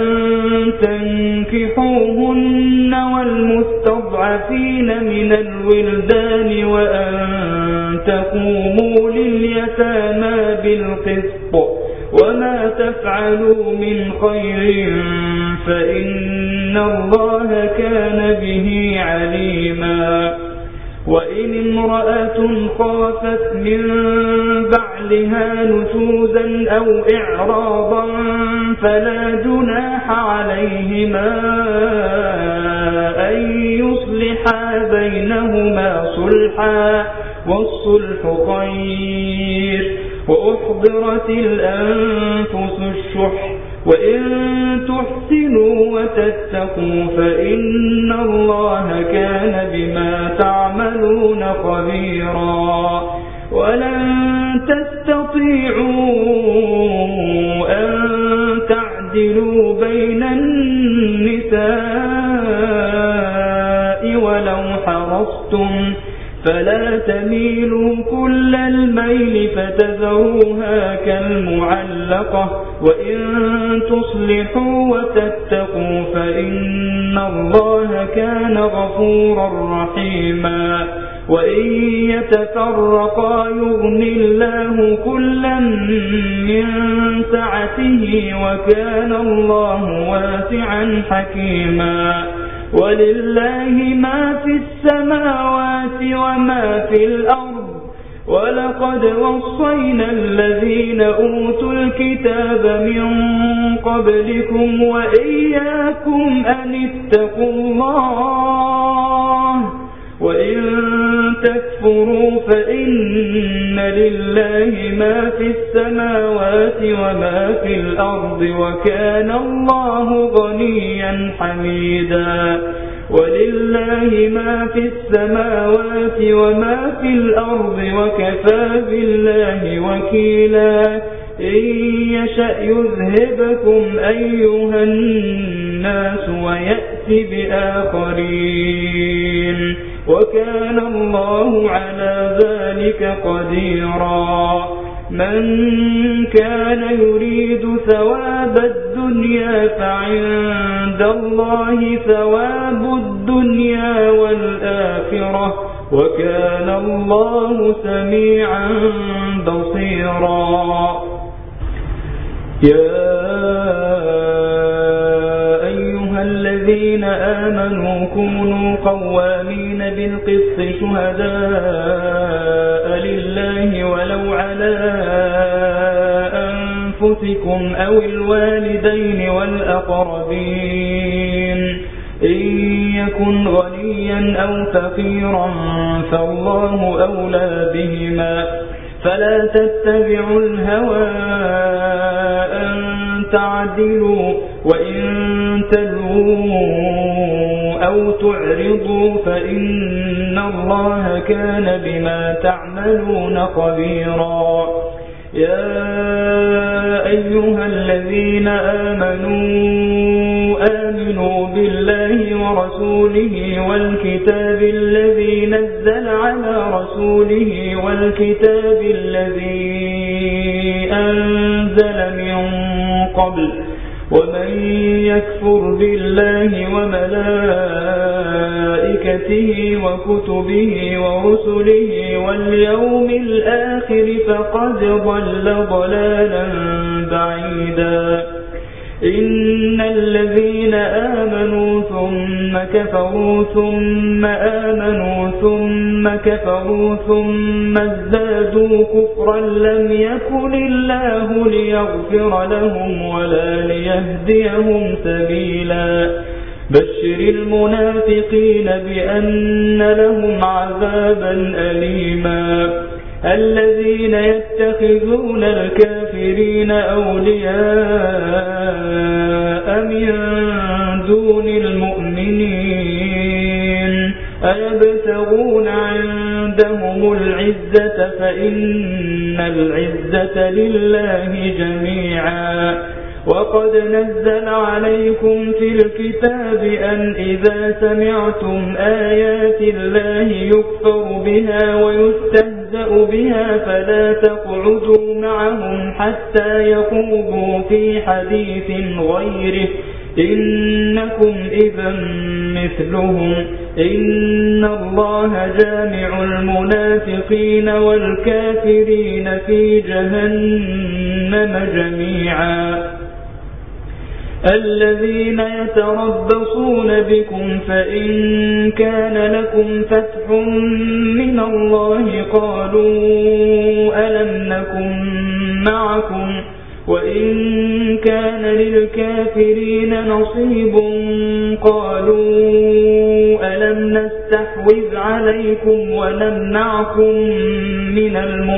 تنكحوهن والمستضعفين من الولدان وأن تقوموا لليتامى بالقسط وما تفعلوا من خير فإن الله كان به عليما وإن امرأة خافت من بعلها نشوزا أو إعراضا فلا جناح عليهما أن يصلحا بينهما صلحا والصلح خير وأحضرت الأنفس الشح وإن تحسنوا وتتقوا فإن الله كان بما تعملون خبيرا ولن تستطيعوا أن تعدلوا بين النساء ولو حرصتم فلا تميلوا كل الميل فتذروها كالمعلقة وإن تصلحوا وتتقوا فإن الله كان غفورا رحيما وإن يتفرقا يغن الله كلا من سعته وكان الله واسعا حكيما ولله ما في السماوات وما في الأرض ولقد وصينا الذين أوتوا الكتاب من قبلكم وإياكم أن اتقوا الله وإن تكفروا فإن لله ما في السماوات وما في الأرض وكان الله غنيا حميدا ولله ما في السماوات وما في الأرض وكفى بالله وكيلا إن يشأ يذهبكم أيها الناس ويأتي بآخرين وكان الله على ذلك قديرا من كان يريد ثواب الدنيا فعند الله ثواب الدنيا والآخرة وكان الله سميعا بصيرا يا أيها الذين آمنوا كونوا قوامين بالقسط شهداء لله ولو على أنفسكم أو الوالدين والأقربين إن يكن غنيا أو فقيرا فالله أولى بهما فلا تتبعوا الهوى أن تعدلوا وإن تلووا أو تعرضوا فإن الله كان بما تعملون خبيرا يا أيها الذين آمنوا بالله ورسوله والكتاب الذي نزل على رسوله والكتاب الذي أنزل من قبل ومن يكفر بالله وملائكته وكتبه ورسله واليوم الآخر فقد ضل ضلالا بعيدا إن الذين آمنوا ثم كفروا ثم آمنوا ثم كفروا ثم ازدادوا كفرا لم يكن الله ليغفر لهم ولا ليهديهم سبيلا بشر المنافقين بأن لهم عذابا أليما الذين يتخذون الكافرين أولياء من دون المؤمنين أيبتغون عندهم العزة فإن العزة لله جميعا وقد نزل عليكم في الكتاب أن إذا سمعتم آيات الله يكفر بها ويستهزأ بها فلا تقعدوا معهم حتى يخوضوا في حديث غيره إنكم إذا مثلهم إن الله جامع المنافقين والكافرين في جهنم جميعا الذين يتربصون بكم فإن كان لكم فتح من الله قالوا ألم نكن معكم وإن كان للكافرين نصيب قالوا ألم نستحوذ عليكم ونمنعكم من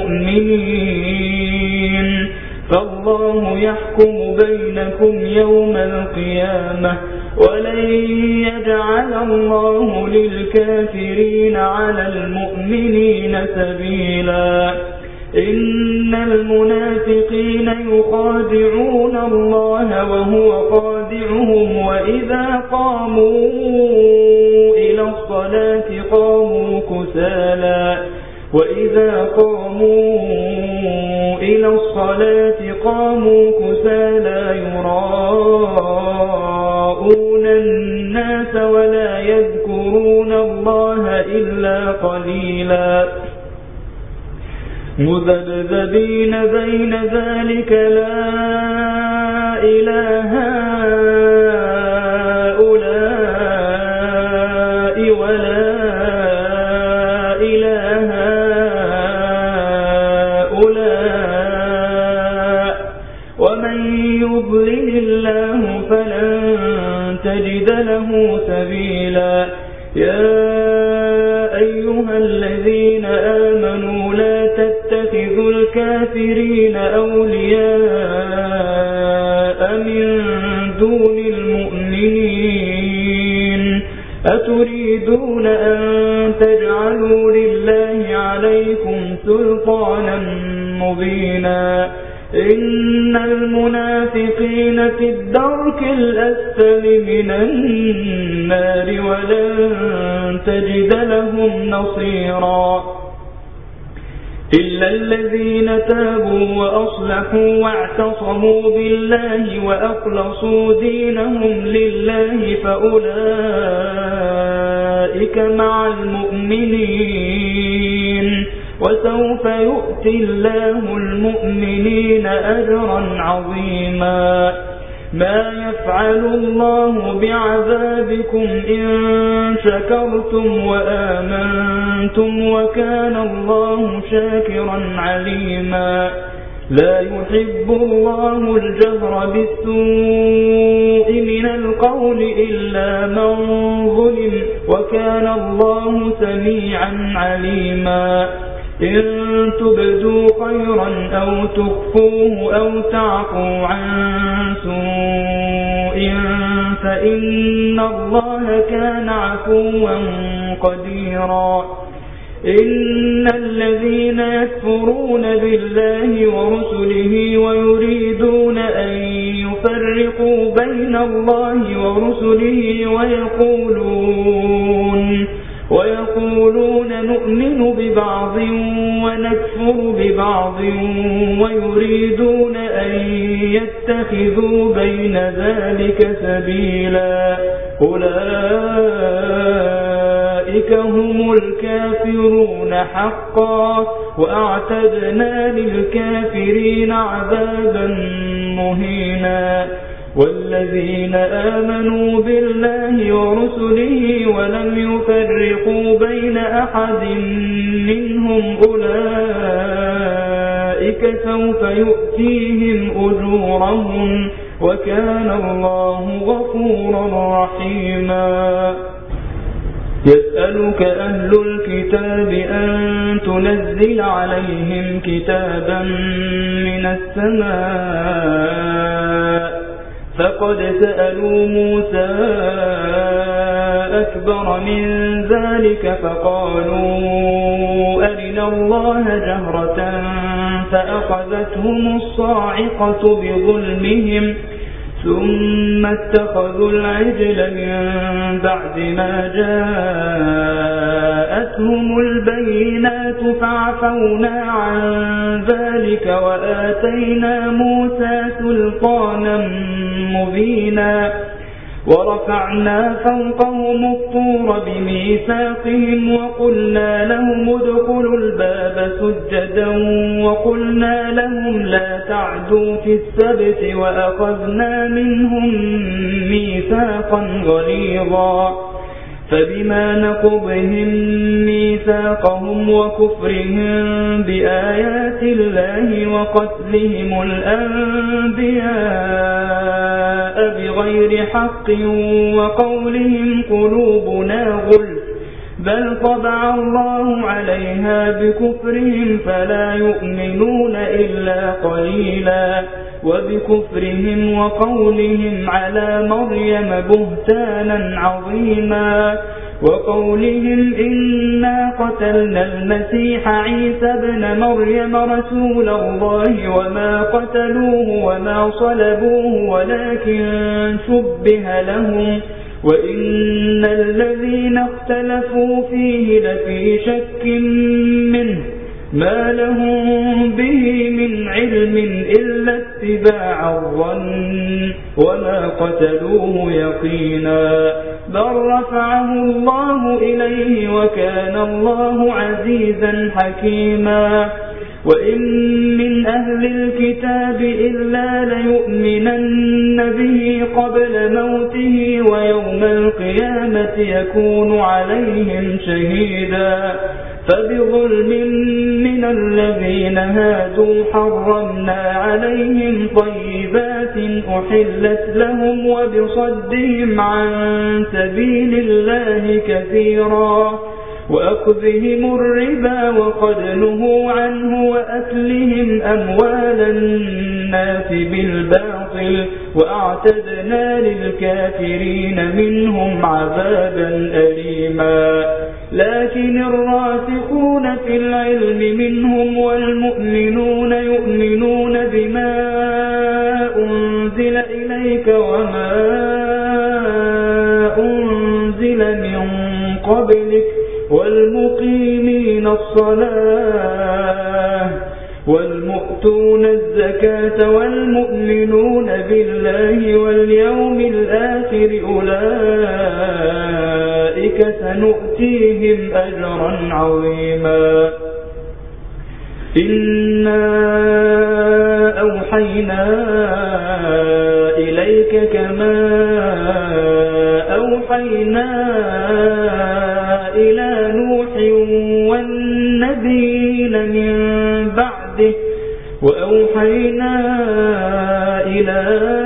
المؤمنين فالله يحكم بينكم يوم القيامة ولن يجعل الله للكافرين على المؤمنين سبيلا إن المنافقين يخادعون الله وهو خادعهم وإذا قاموا إلى الصلاة قاموا كسالى وإذا قاموا إلى الصلاة قاموا كسالى يراءون الناس ولا يذكرون الله إلا قليلا مذبذبين بين ذلك لا إله هؤلاء ولا إله هؤلاء ومن يضلل الله فلن تجد له سبيلا يا الكافرين أولياء من دون المؤمنين أتريدون أن تجعلوا لله عليكم سلطانا مبينا إن المنافقين في الدرك الأسفل من النار ولن تجد لهم نصيرا إلا الذين تابوا وأصلحوا واعتصموا بالله وأخلصوا دينهم لله فأولئك مع المؤمنين وسوف يؤتي الله المؤمنين أجرا عظيما ما يفعل الله بعذابكم إن شكرتم وآمنتم وكان الله شاكرا عليما لا يحب الله الجهر بالسوء من القول إلا من ظلم وكان الله سميعا عليما إن تبدوا خيرا أو تخفوه أو تعفوا عن سوء فإن الله كان عفوا قديرا إن الذين يكفرون بالله ورسله ويريدون أن يفرقوا بين الله ورسله ويقولون نؤمن ببعض ونكفر ببعض ويريدون أن يتخذوا بين ذلك سبيلا أولئك هم الكافرون حقا وأعتدنا للكافرين عذابا مهينا والذين آمنوا بالله ورسله ولم يفرقوا بين أحد منهم أولئك سوف يؤتيهم أجورهم وكان الله غفورا رحيما يسألك أهل الكتاب أن تنزل عليهم كتابا من السماء فقد سألوا موسى أكبر من ذلك فقالوا أرنا الله جهرة فأخذتهم الصاعقة بظلمهم ثم اتخذوا العجل من بعد ما جاءتهم البينات فعفونا عن ذلك وآتينا موسى سلطانا مبينا ورفعنا فوقهم الطور بميثاقهم وقلنا لهم ادخلوا الباب سجدا وقلنا لهم لا تعدوا في السبت وأخذنا منهم ميثاقا غليظا فبما نقضهم ميثاقهم وكفرهم بآيات الله وقتلهم الأنبياء بغير حق وقولهم قلوبنا غلف بل طبع الله عليها بكفرهم فلا يؤمنون إلا قليلا وبكفرهم وقولهم على مريم بهتانا عظيما وقولهم إنا قتلنا المسيح عيسى ابن مريم رسول الله وما قتلوه وما صلبوه ولكن شبه لهم وإن الذين اختلفوا فيه لفي شك منه ما لهم به من علم إلا اتباع الظن وما قتلوه يقينا بل رفعه الله إليه وكان الله عزيزا حكيما وإن من أهل الكتاب إلا ليؤمنن به قبل موته ويوم القيامة يكون عليهم شهيدا فبظلم من الذين هادوا حرمنا عليهم طيبات أحلت لهم وبصدهم عن سبيل الله كثيرا وأخذهم الربا وقد نهوا عنه وأكلهم أموال الناس بالباطل وأعتدنا للكافرين منهم عذابا أليما لكن الراسخون في العلم منهم والمؤمنون يؤمنون بما أنزل إليك وما أنزل من قبلك والمقيمين الصلاة والمؤتون الزكاة والمؤمنون بالله واليوم الآخر أولئك سنؤتيهم أجرا عظيما إنا أوحينا إليك كما أوحينا إلى نوح والنبيين من بعده وأوحينا إلى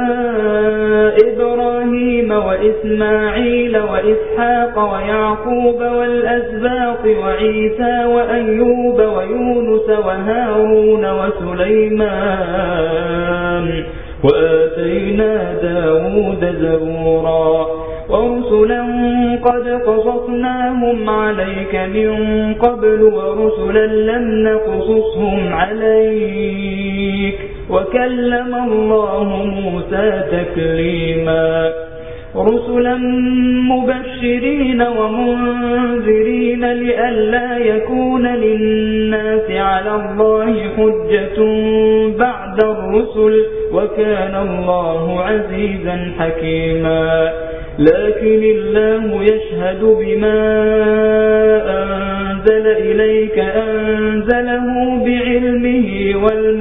إبراهيم وإسماعيل وإسحاق ويعقوب والأسباط وعيسى وأيوب ويونس وهارون وسليمان وآتينا داود زبورا ورسلا قد قصصناهم عليك من قبل ورسلا لم نقصصهم عليك وكلم الله موسى تكليما رسلا مبشرين ومنذرين لئلا يكون للناس على الله حجة بعد الرسل وكان الله عزيزا حكيما لكن الله يشهد بما أنزل إليك أنزله بعلمه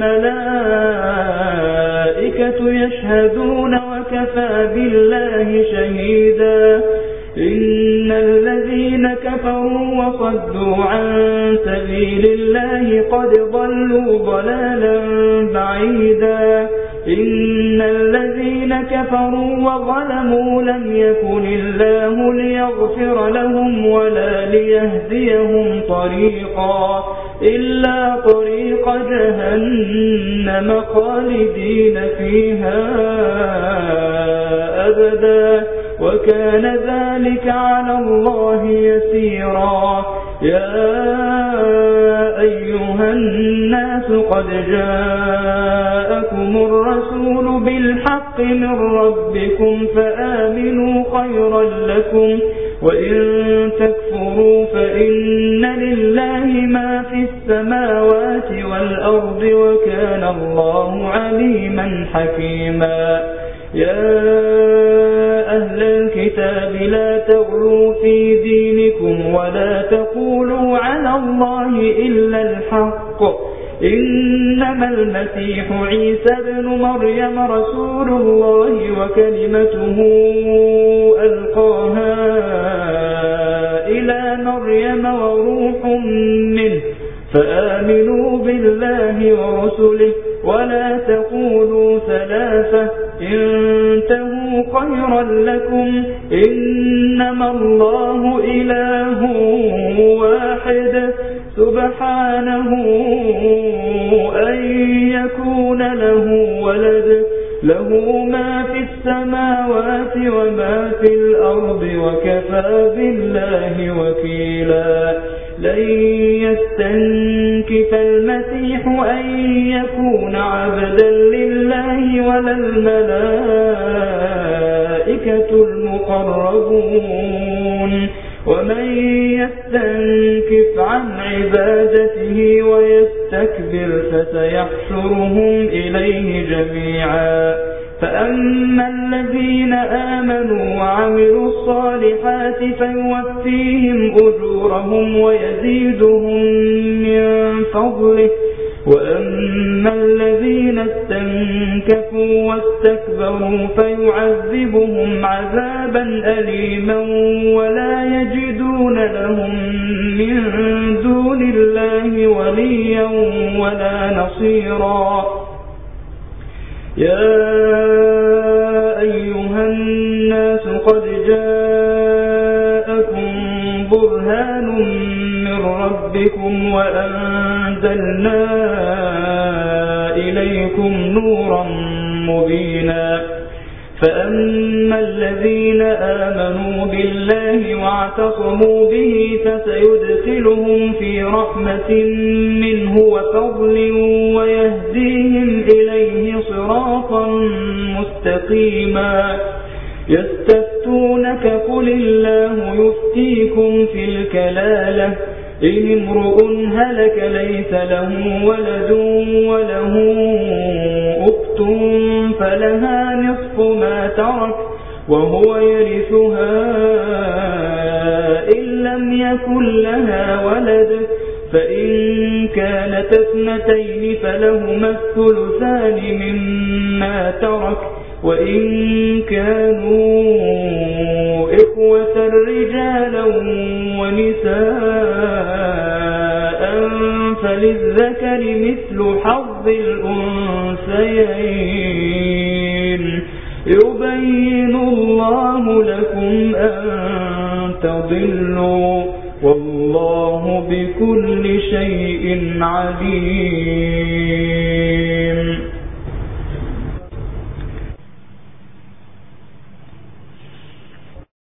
والملائكة يشهدون وكفى بالله شهيدا إن الذين كفروا وصدوا عن سبيل الله قد ضلوا ضلالا بعيدا إن الذين كفروا وظلموا لم يكن الله ليغفر لهم ولا ليهديهم طريقا إلا طريق جهنم خالدين فيها أبدا وكان ذلك على الله يسيرا يا أيها الناس قد جاءكم الرسول بالحق من ربكم فآمنوا خيرا لكم وإن تكفروا فإن لله ما في السماوات والأرض وكان الله عليما حكيما يا أهل الكتاب لا تغلوا في دينكم ولا تقولوا على الله إلا الحق إنما المسيح عيسى ابن مريم رسول الله وكلمته ألقاها إلى مريم وروح منه فآمنوا بالله ورسله ولا تقولوا ثلاثة انتهوا خيرا لكم إنما الله إله واحد سبحانه أن يكون له ولد له ما في السماوات وما في الأرض وكفى بالله وكيلا لن يستنكف المسيح أن يكون عبدا لله ولا الملائكة المقربون ومن يستنكف عن عبادته ويستكبر فسيحشرهم إليه جميعا فأما الذين آمنوا وعملوا الصالحات فيوفيهم أجورهم ويزيدهم من فضله وأما الذين استنكفوا واستكبروا فيعذبهم عذابا أليما ولا يجدون لهم من دون الله وليا ولا نصيرا يا أيها الناس قد جاءكم برهان ربكم وأنزلنا إليكم نورا مبينا فأما الذين آمنوا بالله واعتصموا به فسيدخلهم في رحمة منه وفضل ويهديهم إليه صراطا مستقيما يستفتونك قل الله يفتيكم في الكلالة إن امرؤ هلك ليس له ولد وله أخت فلها نصف ما ترك وهو يرثها إن لم يكن لها ولد فإن كانت اثنتين فلهما الثلثان مما ترك وإن كانوا إخوة رجالا ونساء فللذكر مثل حظ الأنثيين يبين الله لكم أن تضلوا والله بكل شيء عليم.